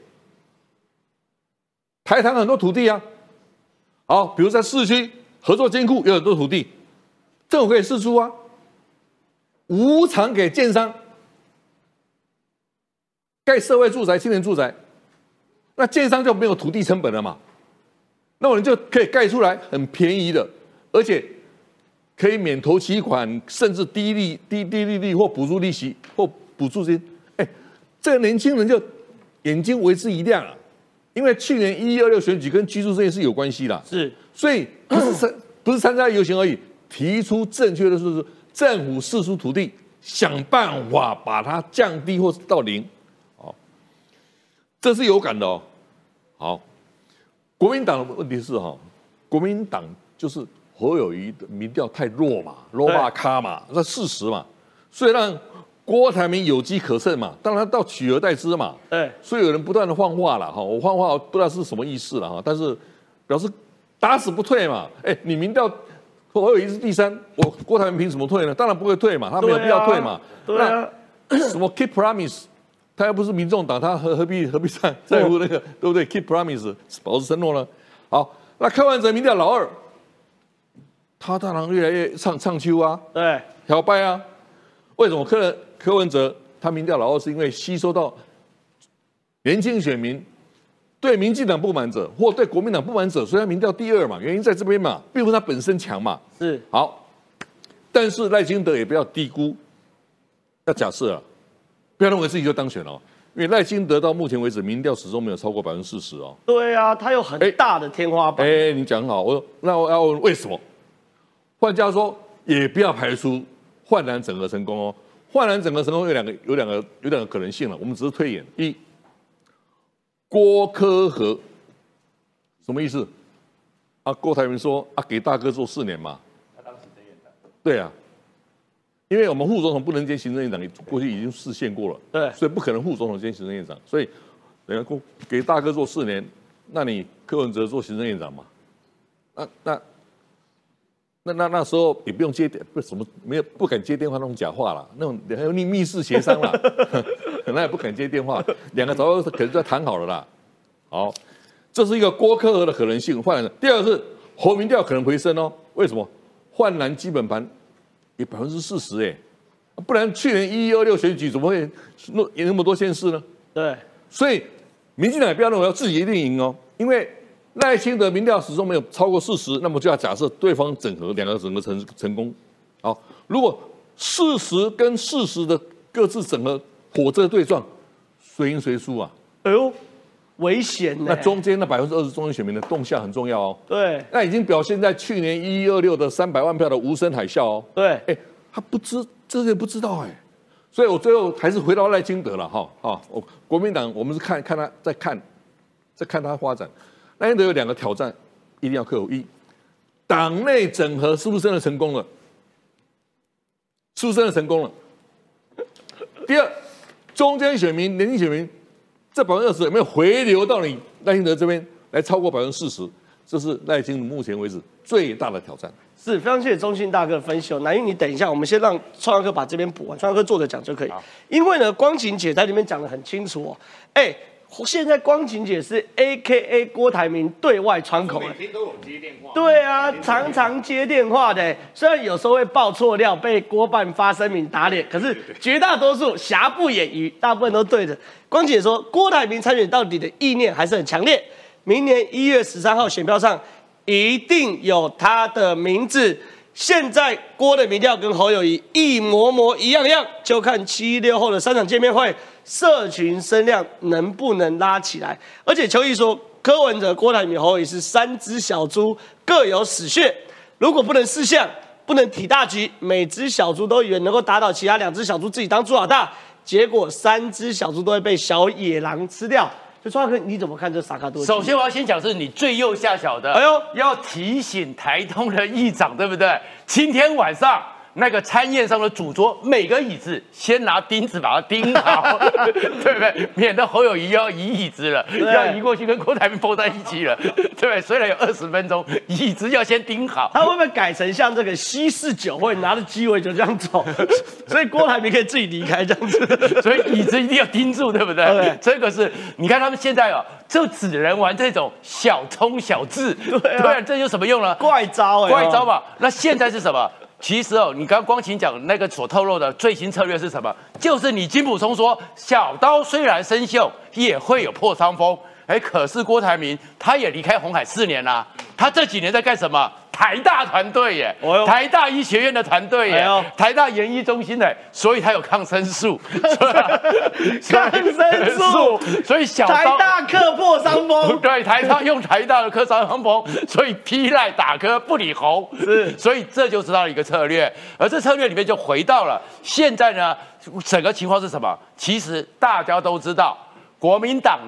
台糖很多土地啊。好，比如在市区合作金库有很多土地，政府可以释出啊，无偿给建商盖社会住宅、青年住宅，那建商就没有土地成本了嘛，那我们就可以盖出来很便宜的，而且可以免头期款，甚至低利、低低利率或补助利息或补助金。哎，这个年轻人就眼睛为之一亮啊！因为去年一一二六选举跟居住这件事有关系啦。 是， 所以不是参不是参加游行而已，提出正确的是政府释出土地，想办法把它降低或是到零。哦，这是有感的哦。 好，国民党的问题是哈，国民党就是侯友宜的民调太弱嘛，弱霸咖嘛，那事实嘛，所以让郭台铭有机可乘嘛，当然到取而代之嘛。 对， 所以有人不断的换话了哈，我换话不知道是什么意思了哈，但是表示打死不退嘛。哎，你民调侯友宜是第三，我郭台铭凭什么退呢？当然不会退嘛，他没有必要退嘛。 对啊， 那什么 keep promise， 他又不是民众党，他何何必何必在在乎那个对不对 ？keep promise 保持承诺呢？好，那柯文哲民调老二，他当然越来越唱唱秋啊， 对， 摇摆啊。为什么柯柯文哲他民调老二，是因为吸收到年轻选民对民进党不满者或对国民党不满者，所以他民调第二嘛，原因在这边嘛，并不是他本身强嘛。 是好，但是赖清德也不要低估，要假设啊，不要认为自己就当选了、哦，因为赖清德到目前为止民调始终没有超过百分之四十哦。 对啊，他有很大的天花板。 哎，你讲很好，我说那我要问为什么？换句话说，也不要排除焕然整合成功哦。焕然整合成功有两个有两个有两个可能性了，我们只是推演。一，郭柯合什么意思？啊，郭台铭说啊，给大哥做四年嘛。他当行政院长。对啊，因为我们副总统不能兼行政院长，过去已经实现过了。对，所以不可能副总统兼行政院长，所以等下给大哥做四年，那你柯文哲做行政院长嘛？那那。那那那时候也不用接电，不什么没有不敢接电话那种假话啦，那种还有密密室协商啦，可能也不敢接电话，两个早就可能在谈好了啦。好，这是一个郭柯合的可能性。换然，第二个是侯民调可能回升哦。为什么？焕然基本盘也百分之四十哎，不然去年一一二六选举怎么会有那么多县市呢？对，所以民进党也不要认为自己一定赢哦，因为。赖清德民调始终没有超过四十，那么就要假设对方整合两个整个成成功。好，如果四十跟四十的各自整合，火车对撞，谁赢谁输啊？哎呦，危险呢！那中间那百分之二十中间选民的动向很重要哦。对，那已经表现在去年一一二六的三百万票的无声海啸哦。对，哎，他不知这些不知道哎，所以我最后还是回到赖清德了哈。啊，我国民党我们是看看他在看，在看他发展。赖清德有两个挑战，一定要克服：一，党内整合是不是真的成功了？是不是真的成功了？第二，中间选民、年轻选民，这百分之二十有没有回流到你赖清德这边来超过百分之四十？这是赖清德目前为止最大的挑战。是，非常谢谢中信大哥的分析哦。南英，你等一下，我们先让创耀哥把这边补完，创耀哥坐着讲就可以。因为呢，光晴姐在里面讲得很清楚哦。哎、欸。现在光晴姐是 A K A 郭台铭对外窗口，每天都有接电话。对啊，常常接电话的，虽然有时候会爆错料，被郭办发声明打脸，可是绝大多数瑕不掩瑜，大部分都对的。光晴姐说，郭台铭参选到底的意念还是很强烈，明年一月十三号选票上一定有他的名字。现在郭的民调跟侯友宜一模模一样样，就看七六后的三场见面会，社群声量能不能拉起来。而且邱毅说，柯文哲、郭台铭、侯友宜是三只小猪，各有死穴。如果不能四项，不能体大局，每只小猪都以为能够打倒其他两只小猪，自己当猪老大，结果三只小猪都会被小野狼吃掉。所以创哥，你怎么看这萨卡多？ 首先我要先讲是你最右下角的，哎呦，要提醒台东的议长，对不对？今天晚上那个餐宴上的主桌，每个椅子先拿钉子把它钉好，对不对？免得侯友宜要移椅子了，要移过去跟郭台铭碰在一起了，对不对？虽然有二十分钟，椅子要先钉好。 他会不会改成像这个西式酒会拿着鸡尾酒这样走？所以郭台铭可以自己离开这样子， 所以椅子一定要钉住，对不对？对，这个是你看他们现在哦，就只能玩这种小冲小智，对啊，这有什么用呢？ 怪招哎， 怪招嘛。那现在是什么？其实哦，你刚刚光晴讲那个所透露的最新策略是什么？就是你金溥聪说，小刀虽然生锈，也会有破伤风。哎，可是郭台铭他也离开鸿海四年啦，他这几年在干什么？台大团队耶，哦、台大医学院的团队耶，哎、台大研医中心的，所以他有抗生素， 抗生素， 所以小台大克破伤风， 对，台大用台大的克伤风，所以批赖打嗝不理喉，是，所以这就知道一个策略，而这策略里面就回到了现在呢，整个情况是什么？其实大家都知道。国民党呢，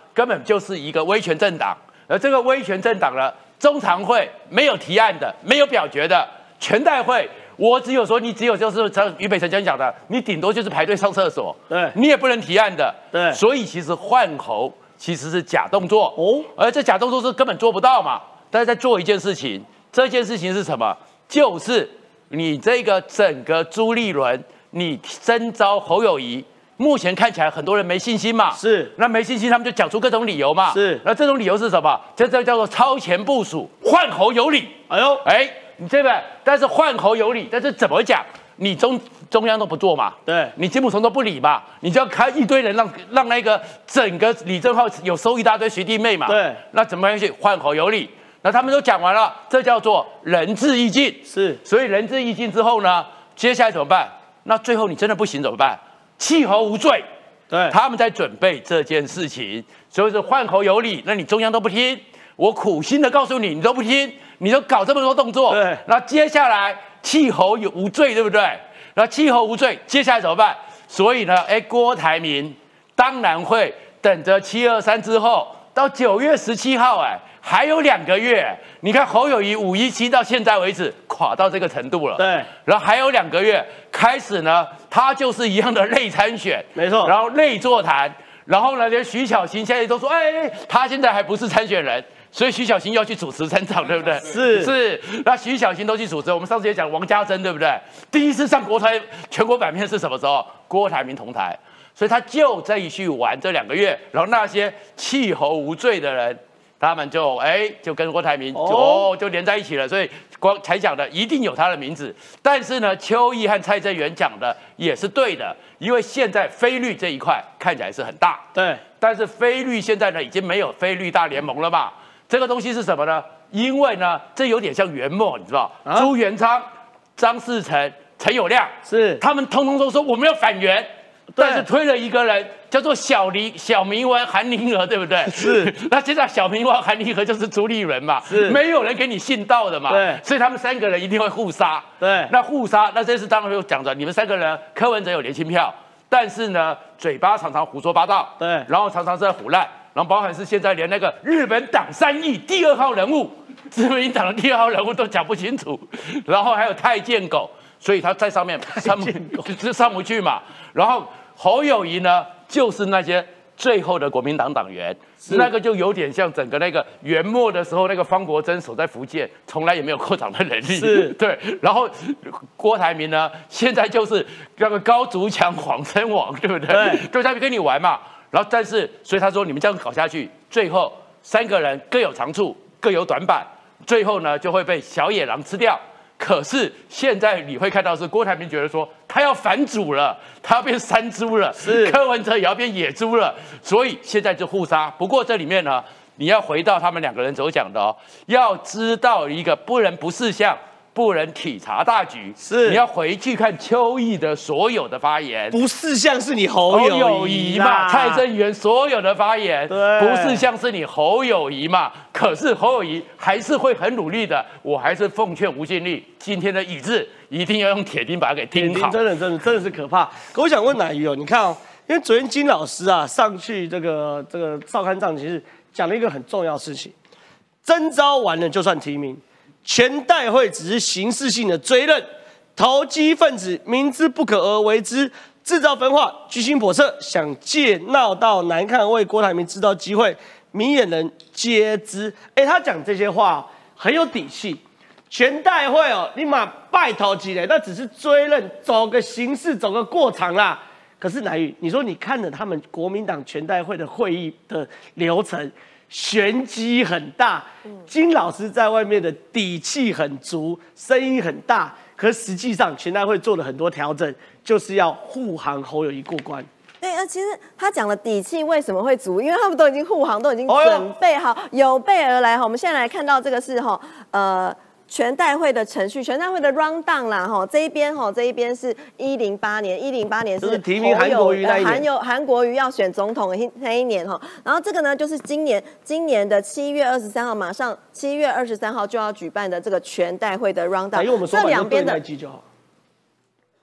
根本就是一个威权政党，而这个威权政党呢，中常会没有提案的，没有表决的，全代会。我只有说，你只有就是像于北辰讲的，你顶多就是排队上厕所， 对， 你也不能提案的， 对， 所以其实换候其实是假动作哦，而这假动作是根本做不到嘛。但是在做一件事情，这件事情是什么？就是你这个整个朱立伦，你征召侯友宜，目前看起来很多人没信心嘛， 是， 那没信心他们就讲出各种理由嘛， 是， 那这种理由是什么？这这叫做超前部署，换侯有理。哎呦，哎。你对不对？但是换侯有理，但是怎么讲？你中中央都不做嘛， 对， 你金溥聪都不理嘛，你就要开一堆人让让那个整个李正浩有收一大堆学弟妹嘛， 对， 那怎么样去换侯有理？那他们都讲完了，这叫做仁至义尽， 是， 所以仁至义尽之后呢，接下来怎么办？那最后你真的不行怎么办？弃侯无罪， 对， 他们在准备这件事情，所以是换侯有理，那你中央都不听，我苦心的告诉你，你都不听。你都搞这么多动作， 对， 那接下来弃侯有无罪，对不对？那弃侯无罪，接下来怎么办？所以呢，哎，郭台铭当然会等着七二三之后，到九月十七号，哎，还有两个月。你看侯友宜五一七到现在为止垮到这个程度了， 对， 然后还有两个月开始呢，他就是一样的类参选， 没错， 然后类座谈，然后呢，连徐巧芯现在都说，哎，他现在还不是参选人。所以徐巧芯要去主持参场，对不对？ 是是，那徐巧芯都去主持。我们上次也讲王家珍，对不对？第一次上国台全国版面是什么时候？郭台铭同台，所以他就这一去玩这两个月，然后那些弃侯无罪的人，他们就哎就跟郭台铭就哦就连在一起了。所以光才讲的一定有他的名字，但是呢，邱毅和蔡正元讲的也是对的，因为现在非绿这一块看起来是很大， 对， 但是非绿现在呢已经没有非绿大联盟了嘛。这个东西是什么呢？因为呢，这有点像元末，你知道，啊、朱元璋、张士诚、陈友谅是他们通通都说我们要反元，但是推了一个人叫做小林小明文韩林娥，对不对？ 是。 那现在小明文韩林娥就是朱立伦嘛， 是， 没有人给你信道的嘛， 对， 所以他们三个人一定会互杀， 对。 那互杀，那这次当然就讲着，你们三个人，柯文哲有年轻票，但是呢，嘴巴常常胡说八道， 对， 然后常常是在唬烂。然后包含是现在连那个日本党三义第二号人物，自民党的第二号人物都讲不清楚，然后还有太监狗，所以他在上面上就上不去嘛。然后侯友宜呢，就是那些最后的国民党党员，那个就有点像整个那个元末的时候，那个方国珍守在福建，从来也没有扩党的能力， 是对。然后郭台铭呢，现在就是那个高筑墙晃身王，对不对？ 对， 就在跟你玩嘛。然后，但是，所以他说，你们这样搞下去，最后三个人各有长处，各有短板，最后呢就会被小野狼吃掉。可是现在你会看到是郭台铭觉得说，他要反主了，他要变山猪了， 是柯文哲也要变野猪了，所以现在就互杀。不过这里面呢，你要回到他们两个人所讲的哦，要知道一个不能不识相。不能体察大局， 是你要回去看邱毅的所有的发言， 不是像是你侯友宜嘛，蔡正元所有的发言， 对， 不是像是你侯友宜嘛。可是侯友宜还是会很努力的，我还是奉劝吴敬立，今天的语字一定要用铁钉把它给钉好， 真的真的真的是可怕。可我想问乃瑜哦，你看哦，因为昨天金老师啊上去这个这个少刊上，其实讲了一个很重要的事情，征召完了就算提名。全代会只是形式性的追认，投机分子明知不可而为之，制造分化，居心叵测，想借闹到难看为郭台铭制造机会，明眼人皆知。哎，他讲这些话很有底气。全代会哦，你嘛拜托几嘞？那只是追认，走个形式，走个过场啦。可是乃瑜，你说你看着他们国民党全代会的会议的流程。玄机很大，金老师在外面的底气很足，声音很大，可实际上全代会做了很多调整，就是要护航侯友宜过关。 对，呃，其实他讲的底气为什么会足？因为他们都已经护航，都已经准备好，有备而来哈。我们现在来看到这个是哈，呃。全代会的程序，全代会的 round down 啦，哈，这一边哈，这一边是一零八年，一零八年是提名韩国瑜那一年， 韩有韩国瑜要选总统的那一年哈，然后这个呢就是今年今年的七月二十三号，马上七月二十三号就要举办的这个全代会的 round down， 因为我们说这两边的就好。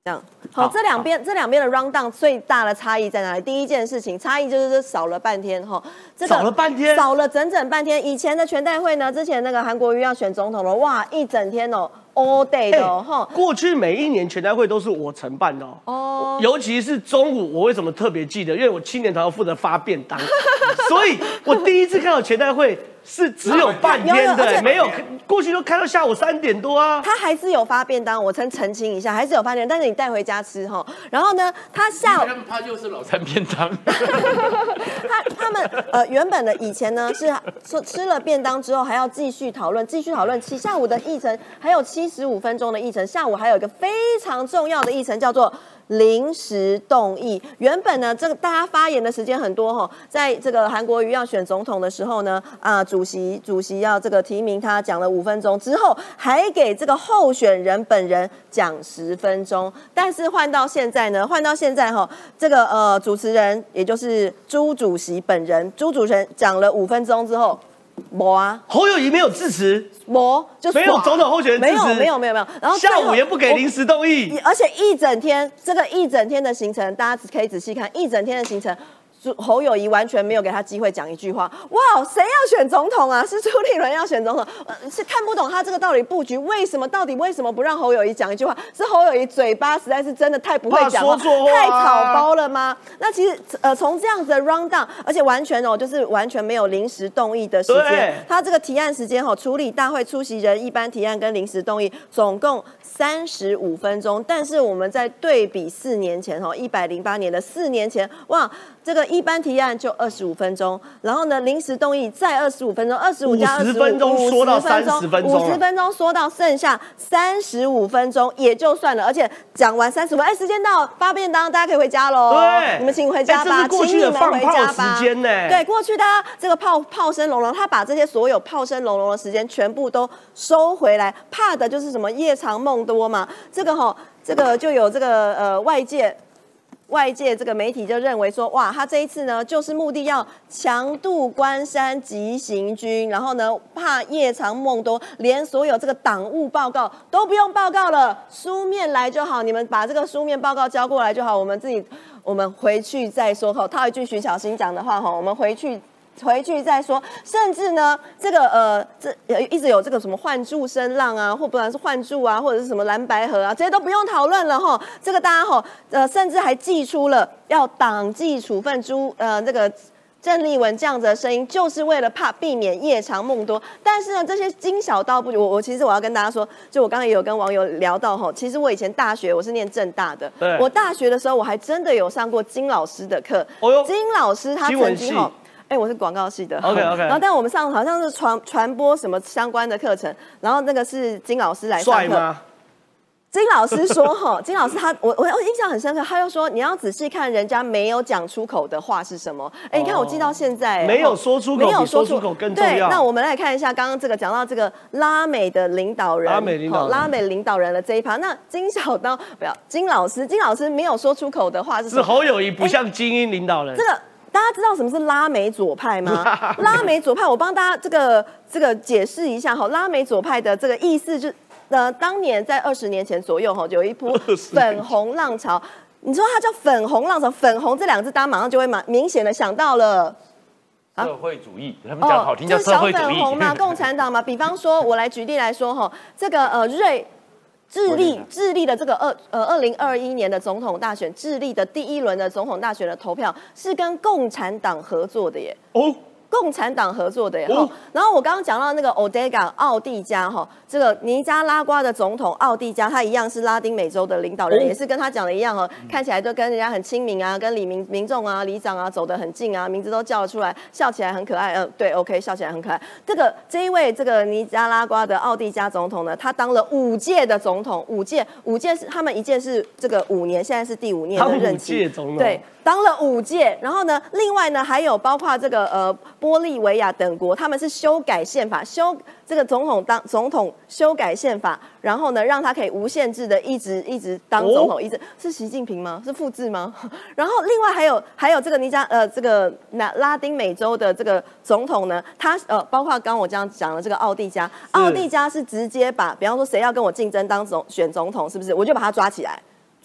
这样。好，这两边这两边的 round down 最大的差异在哪里？第一件事情，差异就是少了半天哈，这个少了半天， 少了整整半天。以前的全代会呢，之前那个韩国瑜要选总统了，哇，一整天哦 ，all day 的哦，哈、 欸。过去每一年全代会都是我承办的哦，哦尤其是中午，我为什么特别记得？因为我青年团要负责发便当，所以我第一次看到全代会。是只有半天的，没有过去都开到下午三点多啊。 他还是有发便当，我先澄清一下，还是有发便当，但是你带回家吃哈。然后呢，他下午他们怕就是老餐便当。 他他们呃原本的以前呢是说吃了便当之后还要继续讨论，继续讨论。其下午的议程还有七十五分钟的议程，下午还有一个非常重要的议程叫做。临时动议，原本呢，这个大家发言的时间很多哈，在这个韩国瑜要选总统的时候呢，啊、呃，主席主席要这个提名他讲了五分钟之后，还给这个候选人本人讲十分钟，但是换到现在呢，换到现在哈，这个呃主持人也就是朱主席本人，朱主持人讲了五分钟之后。没啊， 侯友宜没有支持， 没就没有总统候选人支持， 没有没有没有没有，然后下午也不给临时动议， 而且一整天这个一整天的行程，大家可以仔细看，一整天的行程。侯友宜完全没有给他机会讲一句话。哇，谁要选总统啊？是朱立伦要选总统，呃、是看不懂他这个到底布局，为什么到底为什么不让侯友宜讲一句话？是侯友宜嘴巴实在是真的太不会讲话，太草包了吗？那其实呃，从这样子的 round down， 而且完全哦，就是完全没有临时动议的时间。他这个提案时间哦，处理大会出席人一般提案跟临时动议，总共三十五分钟。但是我们在对比四年前哦，一百零八年的四年前，哇。这个一般提案就二十五分钟，然后呢，临时动议再二十五分钟，二十五加二十五分钟缩到三十分钟， 五十分钟缩到剩下三十五分钟也就算了，而且讲完三十分，哎，时间到，发便当，大家可以回家喽。 对， 你们请回家吧， 欸、这是过去的放炮时间呢。 对，过去大家这个炮炮声隆隆，他把这些所有炮声隆隆的时间全部都收回来，怕的就是什么夜长梦多嘛。这个哈、哦，这个就有这个呃外界。外界这个媒体就认为说，哇，他这一次呢，就是目的要强渡关山急行军，然后呢，怕夜长梦多，连所有这个党务报告都不用报告了，书面来就好，你们把这个书面报告交过来就好，我们自己我们回去再说。哈，套一句徐小新讲的话，哈，我们回去。回去再说，甚至呢，这个呃，这一直有这个什么换柱声浪啊，或不然是换柱啊，或者是什么蓝白河啊，这些都不用讨论了哈。这个大家哈，呃，甚至还寄出了要党纪处分朱呃这个郑丽文这样子的声音，就是为了怕避免夜长梦多。但是呢，这些精小到不，我我其实我要跟大家说，就我刚刚也有跟网友聊到哈，其实我以前大学我是念政大的，我大学的时候我还真的有上过金老师的课，哦、金老师他曾经哈。哎、欸，我是广告系的 ，OK OK。 然后，但我们上好像是传传播什么相关的课程，然后那个是金老师来上课。 帅吗？ 金老师说：“哈，金老师他我我我印象很深刻，他又说你要仔细看人家没有讲出口的话是什么。哎、欸，你看我记到现在， 没有说出口，没有说出口更重要。 对，那我们来看一下刚刚这个讲到这个拉美的领导人， 拉美领导人， 拉美领导人的这一趴。那金小刀不要，金老师，金老师没有说出口的话是什么？ 是侯友宜不像精英领导人。 欸、这个。”大家知道什么是拉美左派吗？拉美左派，我帮大家这个这个解释一下哈。拉美左派的这个意思就是，呃，当年在二十年前左右哈，有一波粉红浪潮。你说它叫粉红浪潮，粉红这两个字，大家马上就会马明显的想到了。 社会主义，他们讲好听叫社会主义。 就是小粉红嘛，共产党嘛。比方说，我来举例来说哈，这个呃瑞。智利智利的这个二呃二零二一年的总统大选，智利的第一轮的总统大选的投票是跟共产党合作的耶。哦。共产党合作的耶，哦、然后我刚刚讲到那个 Ortega 奥蒂加哈，这个尼加拉瓜的总统奥蒂加，他一样是拉丁美洲的领导人，哦、也是跟他讲的一样哦，看起来就跟人家很亲民啊，跟里民民众啊、里长啊走得很近啊，名字都叫得出来，笑起来很可爱，嗯、呃，对 ，OK， 笑起来很可爱。这个这一位这个尼加拉瓜的奥蒂加总统呢，他当了五届的总统，五届五届是他们一届是这个五年，现在是第五年的任期，对。当了五届，然后呢，另外呢还有包括这个呃玻利维亚等国，他们是修改宪法，修这个总统当总统修改宪法，然后呢让他可以无限制的一直一直当总统，哦、一直是习近平吗？是复制吗？然后另外还有还有这个尼加呃这个拉拉丁美洲的这个总统呢，他呃包括刚刚我这样讲的这个奥蒂加，奥蒂加是直接把比方说谁要跟我竞争当总选总统，是不是？我就把他抓起来。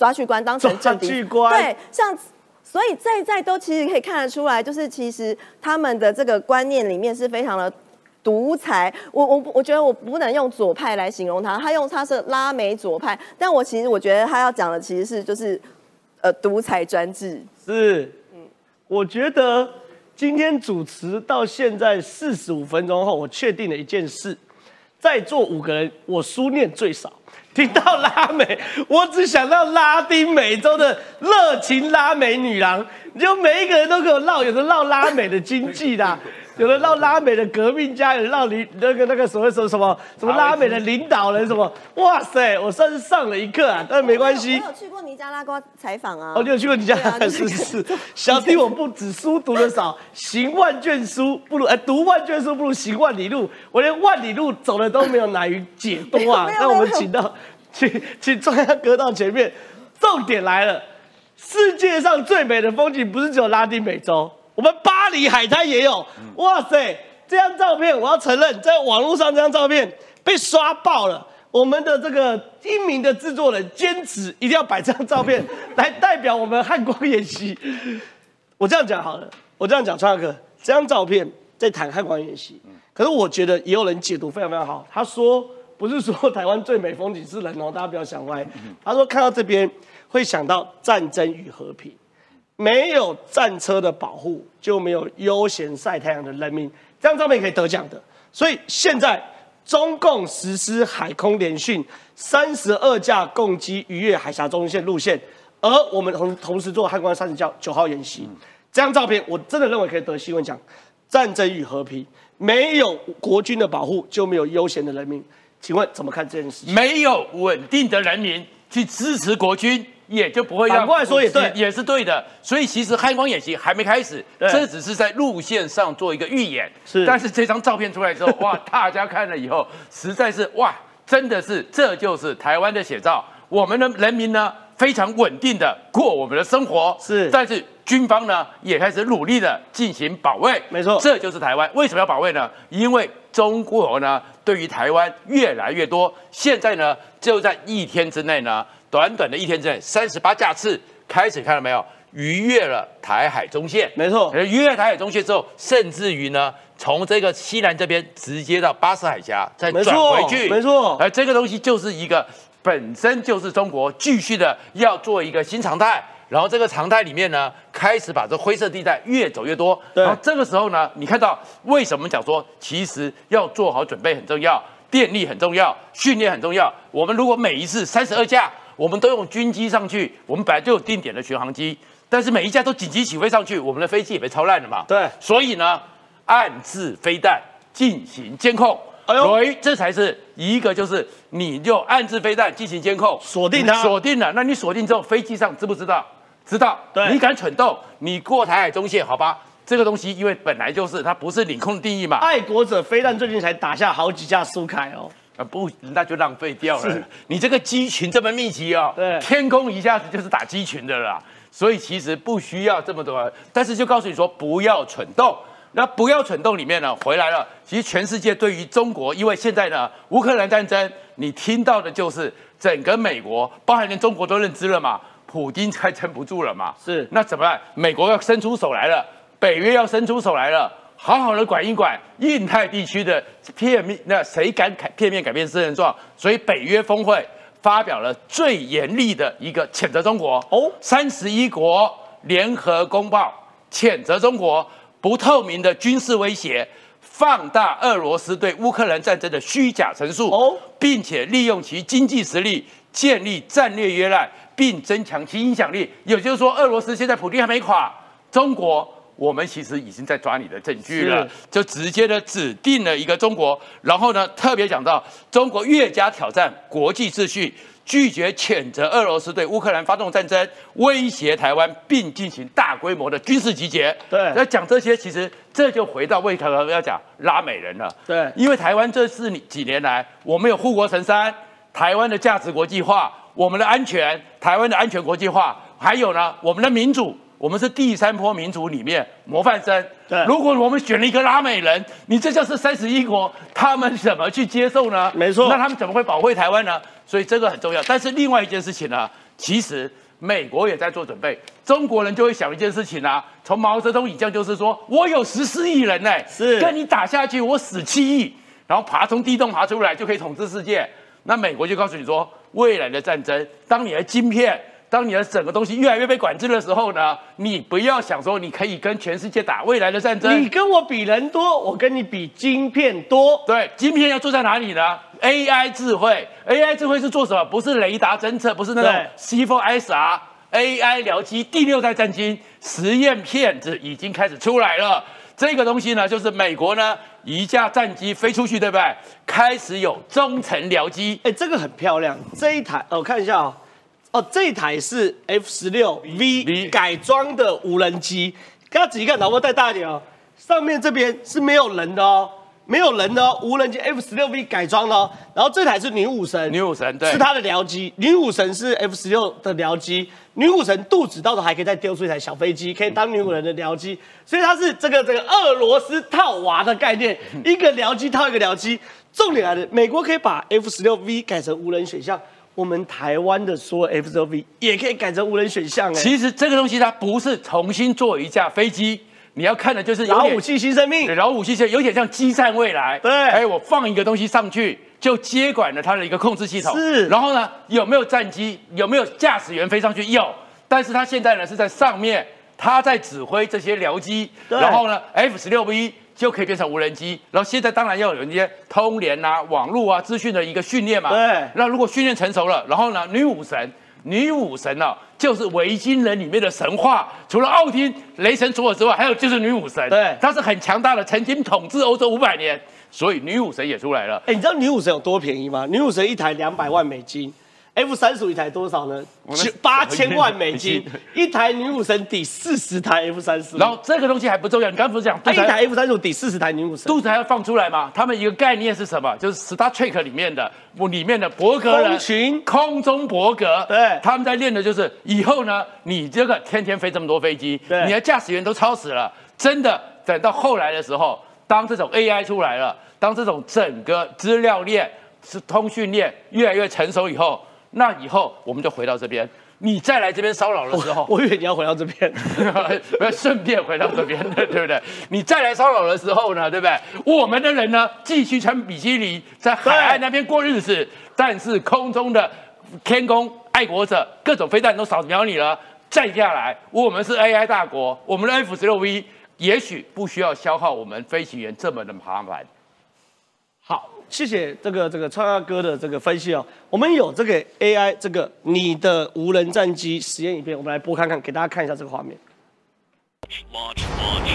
抓去关当成政敌， 抓去关， 对，像。所以在在都其实可以看得出来，就是其实他们的这个观念里面是非常的独裁。我我我觉得我不能用左派来形容他，他用他是拉美左派，但我其实我觉得他要讲的其实是就是呃独裁专制。 是，嗯，我觉得今天主持到现在四十五分钟后，我确定了一件事，在座五个人，我书念最少。听到拉美，我只想到拉丁美洲的热情拉美女郎，你就每一个人都给我唠，有的唠拉美的经济啦，有的唠拉美的革命家，有的唠领那个那个所谓什么什么什么拉美的领导人什么，哇塞，我算是上了一课啊，但是没关系。 我有去过尼加拉瓜采访啊。 哦，你有去过尼加拉瓜？是是，小弟我不止书读得少，行万卷书不如，哎，读万卷书不如行万里路，我连万里路走的都没有乃于解多啊。那我们请到。请请中央阁到前面，重点来了，世界上最美的风景不是只有拉丁美洲，我们巴黎海滩也有。哇塞，这张照片我要承认，在网络上这张照片被刷爆了。我们的这个英明的制作人坚持一定要摆这张照片来代表我们汉光演习。我这样讲好了，我这样讲，川哥，这张照片在谈汉光演习，可是我觉得也有人解读非常非常好，他说。不是说台湾最美风景是人哦，大家不要想歪。他说看到这边会想到战争与和平，没有战车的保护，就没有悠闲晒太阳的人民。这张照片可以得奖的。所以现在中共实施海空联训，三十二架共机逾越海峡中线路线，而我们同同时做汉光三十九号演习。这张照片我真的认为可以得新闻奖。战争与和平，没有国军的保护，就没有悠闲的人民。请问怎么看这件事情？ 没有稳定的人民去支持国军，也就不会让。 反过来说也对， 也是对的。所以其实汉光演习还没开始，这只是在路线上做一个预演。 是， 但是这张照片出来之后，哇，大家看了以后，实在是哇，真的是这就是台湾的写照。我们的人民呢，非常稳定的过我们的生活。 是， 但是军方呢，也开始努力的进行保卫。 没错， 这就是台湾。为什么要保卫呢？因为中国呢，对于台湾越来越多，现在呢，就在一天之内呢，短短的一天之内，三十八架次开始看到没有，逾越了台海中线。 没错， 逾越台海中线之后，甚至于呢，从这个西南这边直接到巴士海峡，再转回去。 没错， 而这个东西就是一个本身就是中国继续的要做一个新常态。然后这个常态里面呢，开始把这灰色地带越走越多。然后这个时候呢，你看到为什么讲说，其实要做好准备很重要，电力很重要，训练很重要。我们如果每一次三十二架，我们都用军机上去，我们本来就有定点的巡航机，但是每一架都紧急起飞上去，我们的飞机也被超烂了嘛。 对， 所以呢，暗制飞弹进行监控。哎呦，这才是一个，就是你就暗制飞弹进行监控， 锁定它， 锁定了。那你锁定之后，飞机上知不知道？知道， 对， 你敢蠢动，你过台海中线，好吧？这个东西因为本来就是它不是领空的定义嘛。 爱国者飞弹最近才打下好几架苏凯哦， 啊不，那就浪费掉了。你这个机群这么密集哦， 对， 天空一下子就是打机群的啦。所以其实不需要这么多，但是就告诉你说不要蠢动。那不要蠢动里面呢，回来了。其实全世界对于中国，因为现在呢乌克兰战争，你听到的就是整个美国，包含连中国都认知了嘛。普丁快撑不住了嘛？ 是， 那怎么办？美国要伸出手来了，北约要伸出手来了，好好的管一管印太地区的片面，那谁敢片面改变私人状？所以北约峰会发表了最严厉的一个谴责中国哦，三十一国联合公报谴责中国不透明的军事威胁，放大俄罗斯对乌克兰战争的虚假陈述哦，并且利用其经济实力建立战略约赖。并增强其影响力，也就是说，俄罗斯现在普丁还没垮，中国我们其实已经在抓你的证据了，就直接的指定了一个中国，然后呢，特别讲到中国越加挑战国际秩序，拒绝谴责俄罗斯对乌克兰发动战争，威胁台湾，并进行大规模的军事集结。 对， 那讲这些，其实这就回到为什么要讲拉美人了。 对， 因为台湾这四几年来，我们有护国神山，台湾的价值国际化。我们的安全，台湾的安全国际化，还有呢，我们的民主，我们是第三波民主里面模范生。 对， 如果我们选了一个拉美人，你这就是三十一国，他们怎么去接受呢？ 没错， 那他们怎么会保卫台湾呢？所以这个很重要。但是另外一件事情呢， 其实美国也在做准备，中国人就会想一件事情啊，从毛泽东以降就是说，我有十四亿人呢、欸， 是跟你打下去，我死七亿，然后爬从地洞爬出来就可以统治世界。那美国就告诉你说，未来的战争，当你的晶片。当你的整个东西越来越被管制的时候呢，你不要想说你可以跟全世界打未来的战争。 你跟我比人多，我跟你比晶片多。 对，晶片要做在哪里呢 ？A I 智慧 ，A I 智慧是做什么？不是雷达侦测，不是那种 C 四 S R。A I 僚机第六代战机实验片子已经开始出来了。这个东西呢，就是美国呢一架战机飞出去，对不对？开始有中程僚机。 哎，这个很漂亮。这一台，我看一下啊、哦。哦，这一台是 F 十六 V 改装的无人机，大家仔细看，脑波带大一点哦。上面这边是没有人的哦，没有人的哦，无人机 F 十六 V 改装的哦。然后这台是女武神， 女武神对， 是它的僚机。女武神是 F 十六 的僚机，女武神肚子到时候还可以再丢出一台小飞机，可以当女武人的僚机。所以它是这个这个俄罗斯套娃的概念，一个僚机套一个僚机。重点来了，美国可以把 F 十六 V 改成无人选项。我们台湾的所有 F 十六 V 也可以改成无人选项哎。 其实这个东西它不是重新做一架飞机，你要看的就是老武器新生命， 老武器新有点像激战未来。 对， 哎，我放一个东西上去，就接管了它的一个控制系统。 是， 然后呢，有没有战机？有没有驾驶员飞上去？有，但是它现在呢是在上面，它在指挥这些僚机。然后呢 ，F 十六 V。就可以变成无人机，然后现在当然要有一些通联啊、网络啊、资讯的一个训练嘛。 对。 那如果训练成熟了，然后呢，女武神，女武神呢、啊，就是维京人里面的神话，除了奥丁、雷神索尔之外，还有就是女武神。 对。 她是很强大的，曾经统治欧洲五百年，所以女武神也出来了。 哎，你知道女武神有多便宜吗？女武神一台两百万美金。F 三十五一台多少呢？八千万美金，一台女武神抵四十台 F 三十五。 然后这个东西还不重要，你刚刚不是讲， 一台 F 三十五抵四十台女武神， 肚子还要放出来吗？他们一个概念是什么？就是 Star Trek 里面的，里面的伯格人空群空中伯格， 对， 他们在练的就是以后呢，你这个天天飞这么多飞机，你的驾驶员都超死了，真的等到后来的时候，当这种 A I 出来了，当这种整个资料链是通讯链越来越成熟以后。那以后我们就回到这边，你再来这边骚扰的时候， 我以为你要回到这边， 不要顺便回到这边，对不对？你再来骚扰的时候呢，对不对？我们的人呢，继续穿比基尼在海岸那边过日子，但是空中的天宫爱国者各种飞弹都扫描你了，站下来，我们是 A I 大国，我们的 F 十六 V 也许不需要消耗我们飞行员这么的麻烦。 好。谢谢这个这个川大哥的这个分析哦，我们有这个 A I 这个你的无人战机实验影片，我们来播看看，给大家看一下这个画面。 Launch, launch.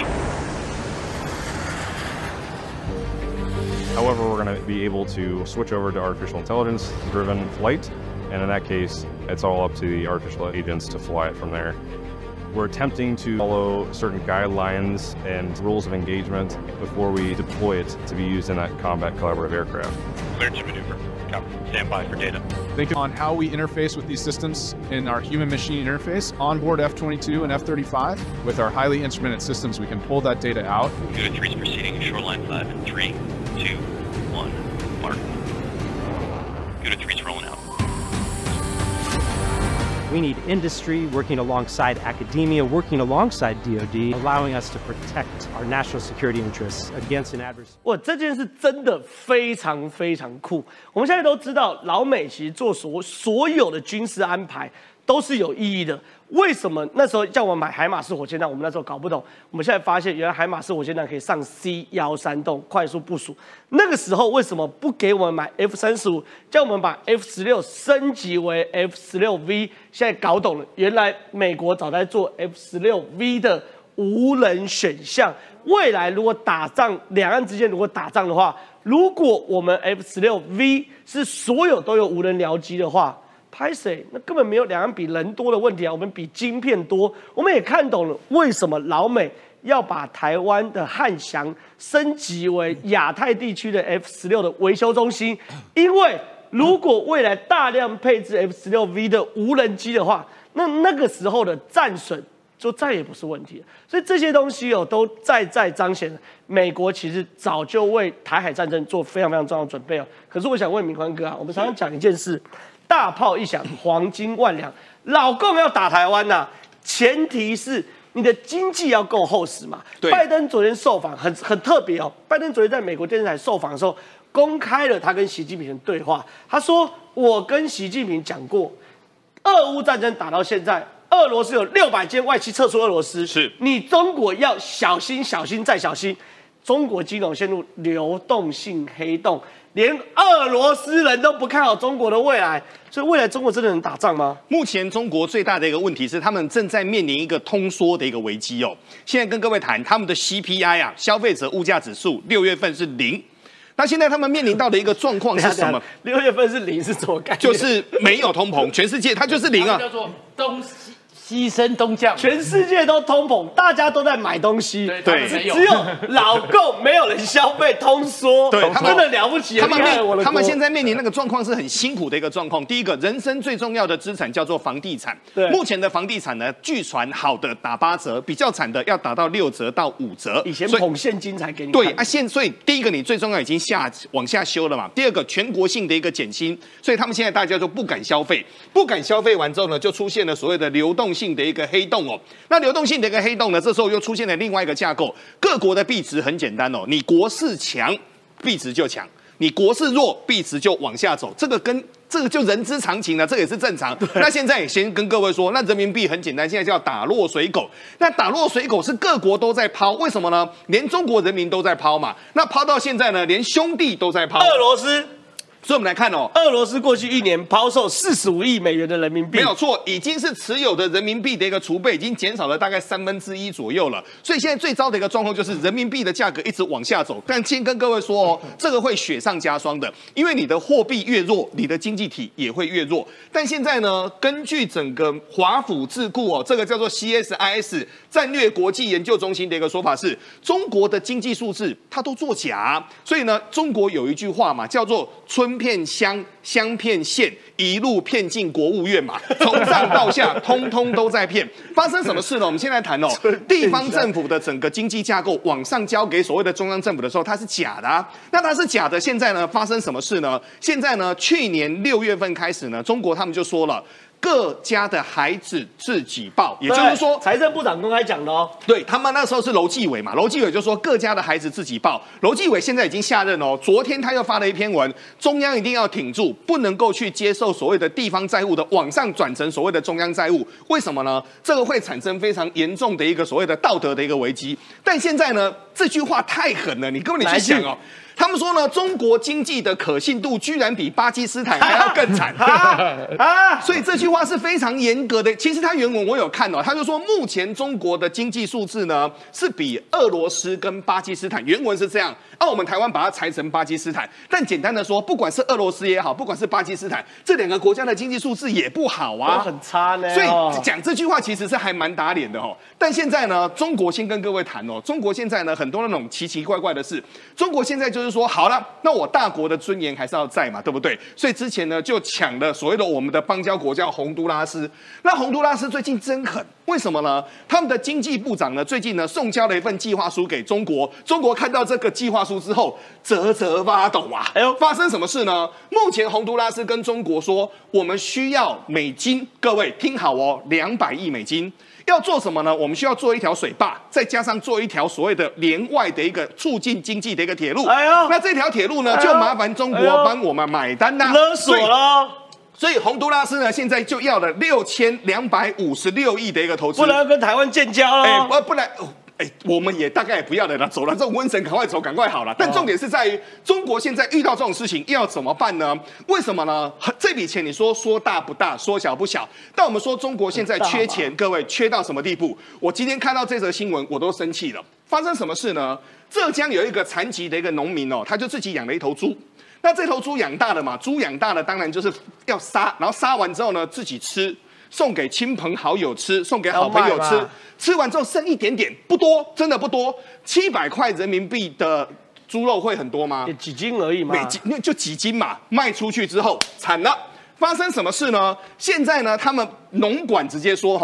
However, we're going to be able to switch over to artificial intelligence-driven flight, and in that case, it's all up to the artificial agents to fly it from there. We're attempting to follow certain guidelines and rules of engagement before we deploy it to be used in that combat collaborative aircraft. Cleared to maneuver. Copy. Stand by for data. Think on how we interface with these systems in our human-machine interface onboard F twenty-two and F thirty-five. With our highly instrumented systems, we can pull that data out. Unit three is proceeding shoreline five in three, two, one, mark. Unit three is rolling out. We need industry working alongside academia, working alongside D O D, allowing us to protect our national security interests against an adverse. 哇，这件事真的非常非常酷。我们现在都知道，老美其实做所所有的军事安排都是有意义的。为什么那时候叫我们买海马式火箭弹，我们那时候搞不懂。我们现在发现，原来海马式火箭弹可以上 C 一三洞，快速部署。那个时候为什么不给我们买 F 三十五，叫我们把 F 十六升级为 F 十六 V？ 现在搞懂了，原来美国早在做 F 十六 V 的无人选项。未来如果打仗，两岸之间如果打仗的话，如果我们 F 十六 V 是所有都有无人僚机的话，拍谁？那根本没有两岸比人多的问题啊，我们比晶片多。我们也看懂了为什么老美要把台湾的汉翔升级为亚太地区的 F 十六的维修中心，因为如果未来大量配置 F 十六 V 的无人机的话，那那个时候的战损就再也不是问题了。所以这些东西哦，都再再彰显了美国其实早就为台海战争做非常非常重要的准备哦。可是我想问敏宽哥啊，我们常常讲一件事。 大炮一响，黄金万两。老共要打台湾呐、啊，前提是你的经济要够厚实嘛。拜登昨天受访很很特别哦，拜登昨天在美国电视台受访的时候，公开了他跟习近平的对话。他说：“我跟习近平讲过，俄乌战争打到现在。”俄罗斯有六百间外企撤出俄罗斯，是你中国要小心、小心再小心。中国金融陷入流动性黑洞，连俄罗斯人都不看好中国的未来，所以未来中国真的能打仗吗？ 目前中国最大的一个问题是，他们正在面临一个通缩的一个危机哦。现在跟各位谈他们的 C P I 啊，消费者物价指数六月份是零。那现在他们面临到的一个状况是什么？ 六月份是零是什么概念？ 就是没有通膨，全世界它就是零啊。 叫做东西。牺牲东降， 全世界都通膨，大家都在买东西， 对， 只有老共没有人消费，通缩， 对， 他们真的了不起。 他们面他们现在面临那个状况是很辛苦的一个状况。第一个，人生最重要的资产叫做房地产，对，目前的房地产呢，据传好的打八折，比较惨的要打到六折到五折。 以前捧现金才给你。 对啊，现所以第一个你最重要已经下往下修了嘛。第二个，全国性的一个减薪，所以他们现在大家就不敢消费，不敢消费完之后呢，就出现了所谓的流动性的一个黑洞。哦，那流动性的一个黑洞呢，这时候又出现了另外一个架构。各国的币值很简单哦，你国势强，币值就强；你国势弱，币值就往下走。这个跟这个就人之常情了，这个也是正常。那现在也先跟各位说，那人民币很简单，现在叫打落水狗。那打落水狗是各国都在抛，为什么呢？连中国人民都在抛嘛。那抛到现在呢，连兄弟都在抛。 俄罗斯。 所以我们来看哦， 俄罗斯过去一年抛售四十五亿美元的人民币， 没有错，已经是持有的人民币的一个储备已经减少了大概三分之一左右了。所以现在最糟的一个状况就是人民币的价格一直往下走。但先跟各位说哦，这个会雪上加霜的，因为你的货币越弱，你的经济体也会越弱。但现在呢，根据整个华府智库哦，这个叫做 C S I S 战略国际研究中心的一个说法是，中国的经济数字它都作假。所以呢，中国有一句话嘛，叫做春骗乡，乡骗县，一路骗进国务院嘛，从上到下，通通都在骗。发生什么事呢？我们现在谈哦，地方政府的整个经济架构往上交给所谓的中央政府的时候，它是假的啊。那它是假的，现在呢发生什么事呢？现在呢，去年六月份开始呢，中国他们就说了。各家的孩子自己报，也就是说， 财政部长公开讲的哦。 对他们那时候是楼继伟嘛，楼继伟就说各家的孩子自己报。楼继伟现在已经下任哦，昨天他又发了一篇文，中央一定要挺住，不能够去接受所谓的地方债务的往上转成所谓的中央债务。为什么呢？这个会产生非常严重的一个所谓的道德的一个危机。但现在呢，这句话太狠了，你根本你去想哦。他们说呢，中国经济的可信度居然比巴基斯坦还要更惨啊！所以这句话是非常严格的。其实他原文我有看哦，他就说目前中国的经济数字呢是比俄罗斯跟巴基斯坦，原文是这样。啊，我们台湾把它裁成巴基斯坦，但简单的说，不管是俄罗斯也好，不管是巴基斯坦，这两个国家的经济数字也不好啊， 很差呢。 所以讲这句话其实是还蛮打脸的哦。但现在呢，中国先跟各位谈哦，中国现在呢很多那种奇奇怪怪的事，中国现在就是说，好了，那我大国的尊严还是要在嘛，对不对？所以之前呢就抢了所谓的我们的邦交国叫洪都拉斯，那洪都拉斯最近真狠。为什么呢？他们的经济部长呢，最近呢送交了一份计划书给中国。中国看到这个计划书之后，啧啧发抖啊！哎呦，发生什么事呢？目前洪都拉斯跟中国说，我们需要美金，各位听好哦，两百亿美金。要做什么呢？我们需要做一条水坝，再加上做一条所谓的连外的一个促进经济的一个铁路。哎呦，那这条铁路呢，就麻烦中国帮我们买单呐， 勒索了。 所以洪都拉斯呢，现在就要了六千两百五十六亿的一个投资， 不能跟台湾建交了。 哎，不不然，哎、欸，我们也大概也不要了啦，走了，这种瘟神赶快走，赶快好了。但重点是在于，中国现在遇到这种事情要怎么办呢？为什么呢？这笔钱你说说大不大，说小不小，但我们说中国现在缺钱，各位缺到什么地步？我今天看到这则新闻，我都生气了。发生什么事呢？浙江有一个残疾的一个农民哦，他就自己养了一头猪。那这头猪养大了嘛，猪养大了当然就是要杀，然后杀完之后呢自己吃，送给亲朋好友吃，送给好朋友吃，吃完之后剩一点点，不多，真的不多，七百块人民币的猪肉会很多吗？ 也几斤而已嘛， 每斤就几斤嘛，卖出去之后惨了，发生什么事呢？现在呢，他们农管直接说哈。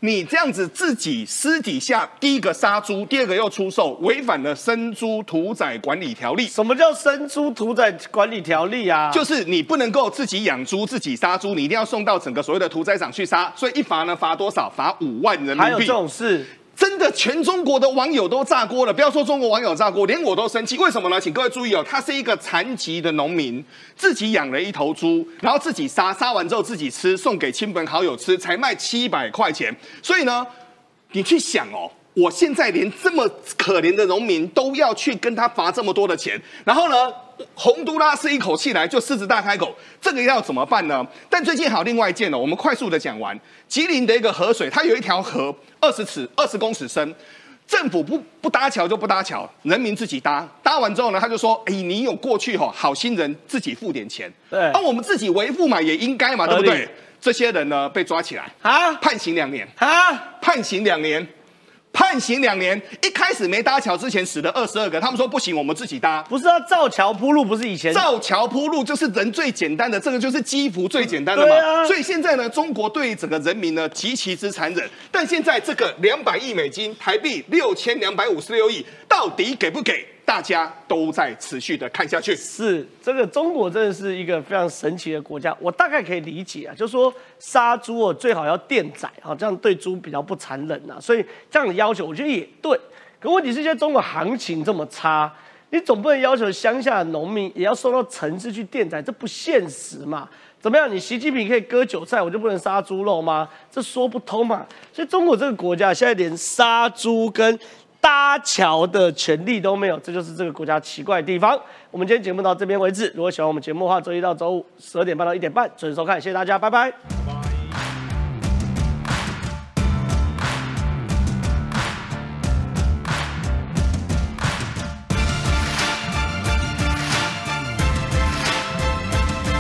你这样子自己私底下第一个杀猪，第二个又出售，违反了生猪屠宰管理条例。 什么叫生猪屠宰管理条例啊？ 就是你不能够自己养猪、自己杀猪，你一定要送到整个所谓的屠宰场去杀。所以一罚呢，罚多少？罚五万人民币。 还有这种事？ 真的，全中国的网友都炸锅了。不要说中国网友炸锅，连我都生气。为什么呢？请各位注意哦，他是一个残疾的农民，自己养了一头猪，然后自己杀，杀完之后自己吃，送给亲朋好友吃，才卖七百块钱。所以呢，你去想哦。我现在连这么可怜的农民都要去跟他罚这么多的钱，然后呢，洪都拉斯一口气来就狮子大开口，这个要怎么办呢？但最近还有另外一件呢，我们快速的讲完。吉林的一个河水，它有一条河，二十尺、二十公尺深，政府不不搭桥就不搭桥，人民自己搭。搭完之后呢，他就说：“哎，你有过去哈，好心人自己付点钱， 对， 那、啊、我们自己维护嘛，也应该嘛，对不对？”这些人呢被抓起来啊，判刑两年啊，判刑两年。判刑两年，一开始没搭桥之前死了二十二个，他们说不行，我们自己搭。 不是要造桥铺路，不是以前造桥铺路就是人最简单的，这个就是基辅最简单的嘛。啊、所以现在呢，中国对整个人民呢极其之残忍。但现在这个两百亿美金，台币六千两百五十六亿，到底给不给？大家都在持续的看下去。 是这个中国真的是一个非常神奇的国家，我大概可以理解啊，就是说杀猪哦最好要电宰啊，这样对猪比较不残忍啊，所以这样的要求我觉得也对。可问题是现在中国行情这么差，你总不能要求乡下的农民也要送到城市去电宰，这不现实嘛？怎么样？你习近平可以割韭菜，我就不能杀猪肉吗？这说不通嘛。所以中国这个国家现在连杀猪跟搭桥的权利都没有，这就是这个国家奇怪的地方。我们今天节目到这边为止。如果喜欢我们节目的话，周一到周五十二点半到一点半准时收看，谢谢大家，拜拜。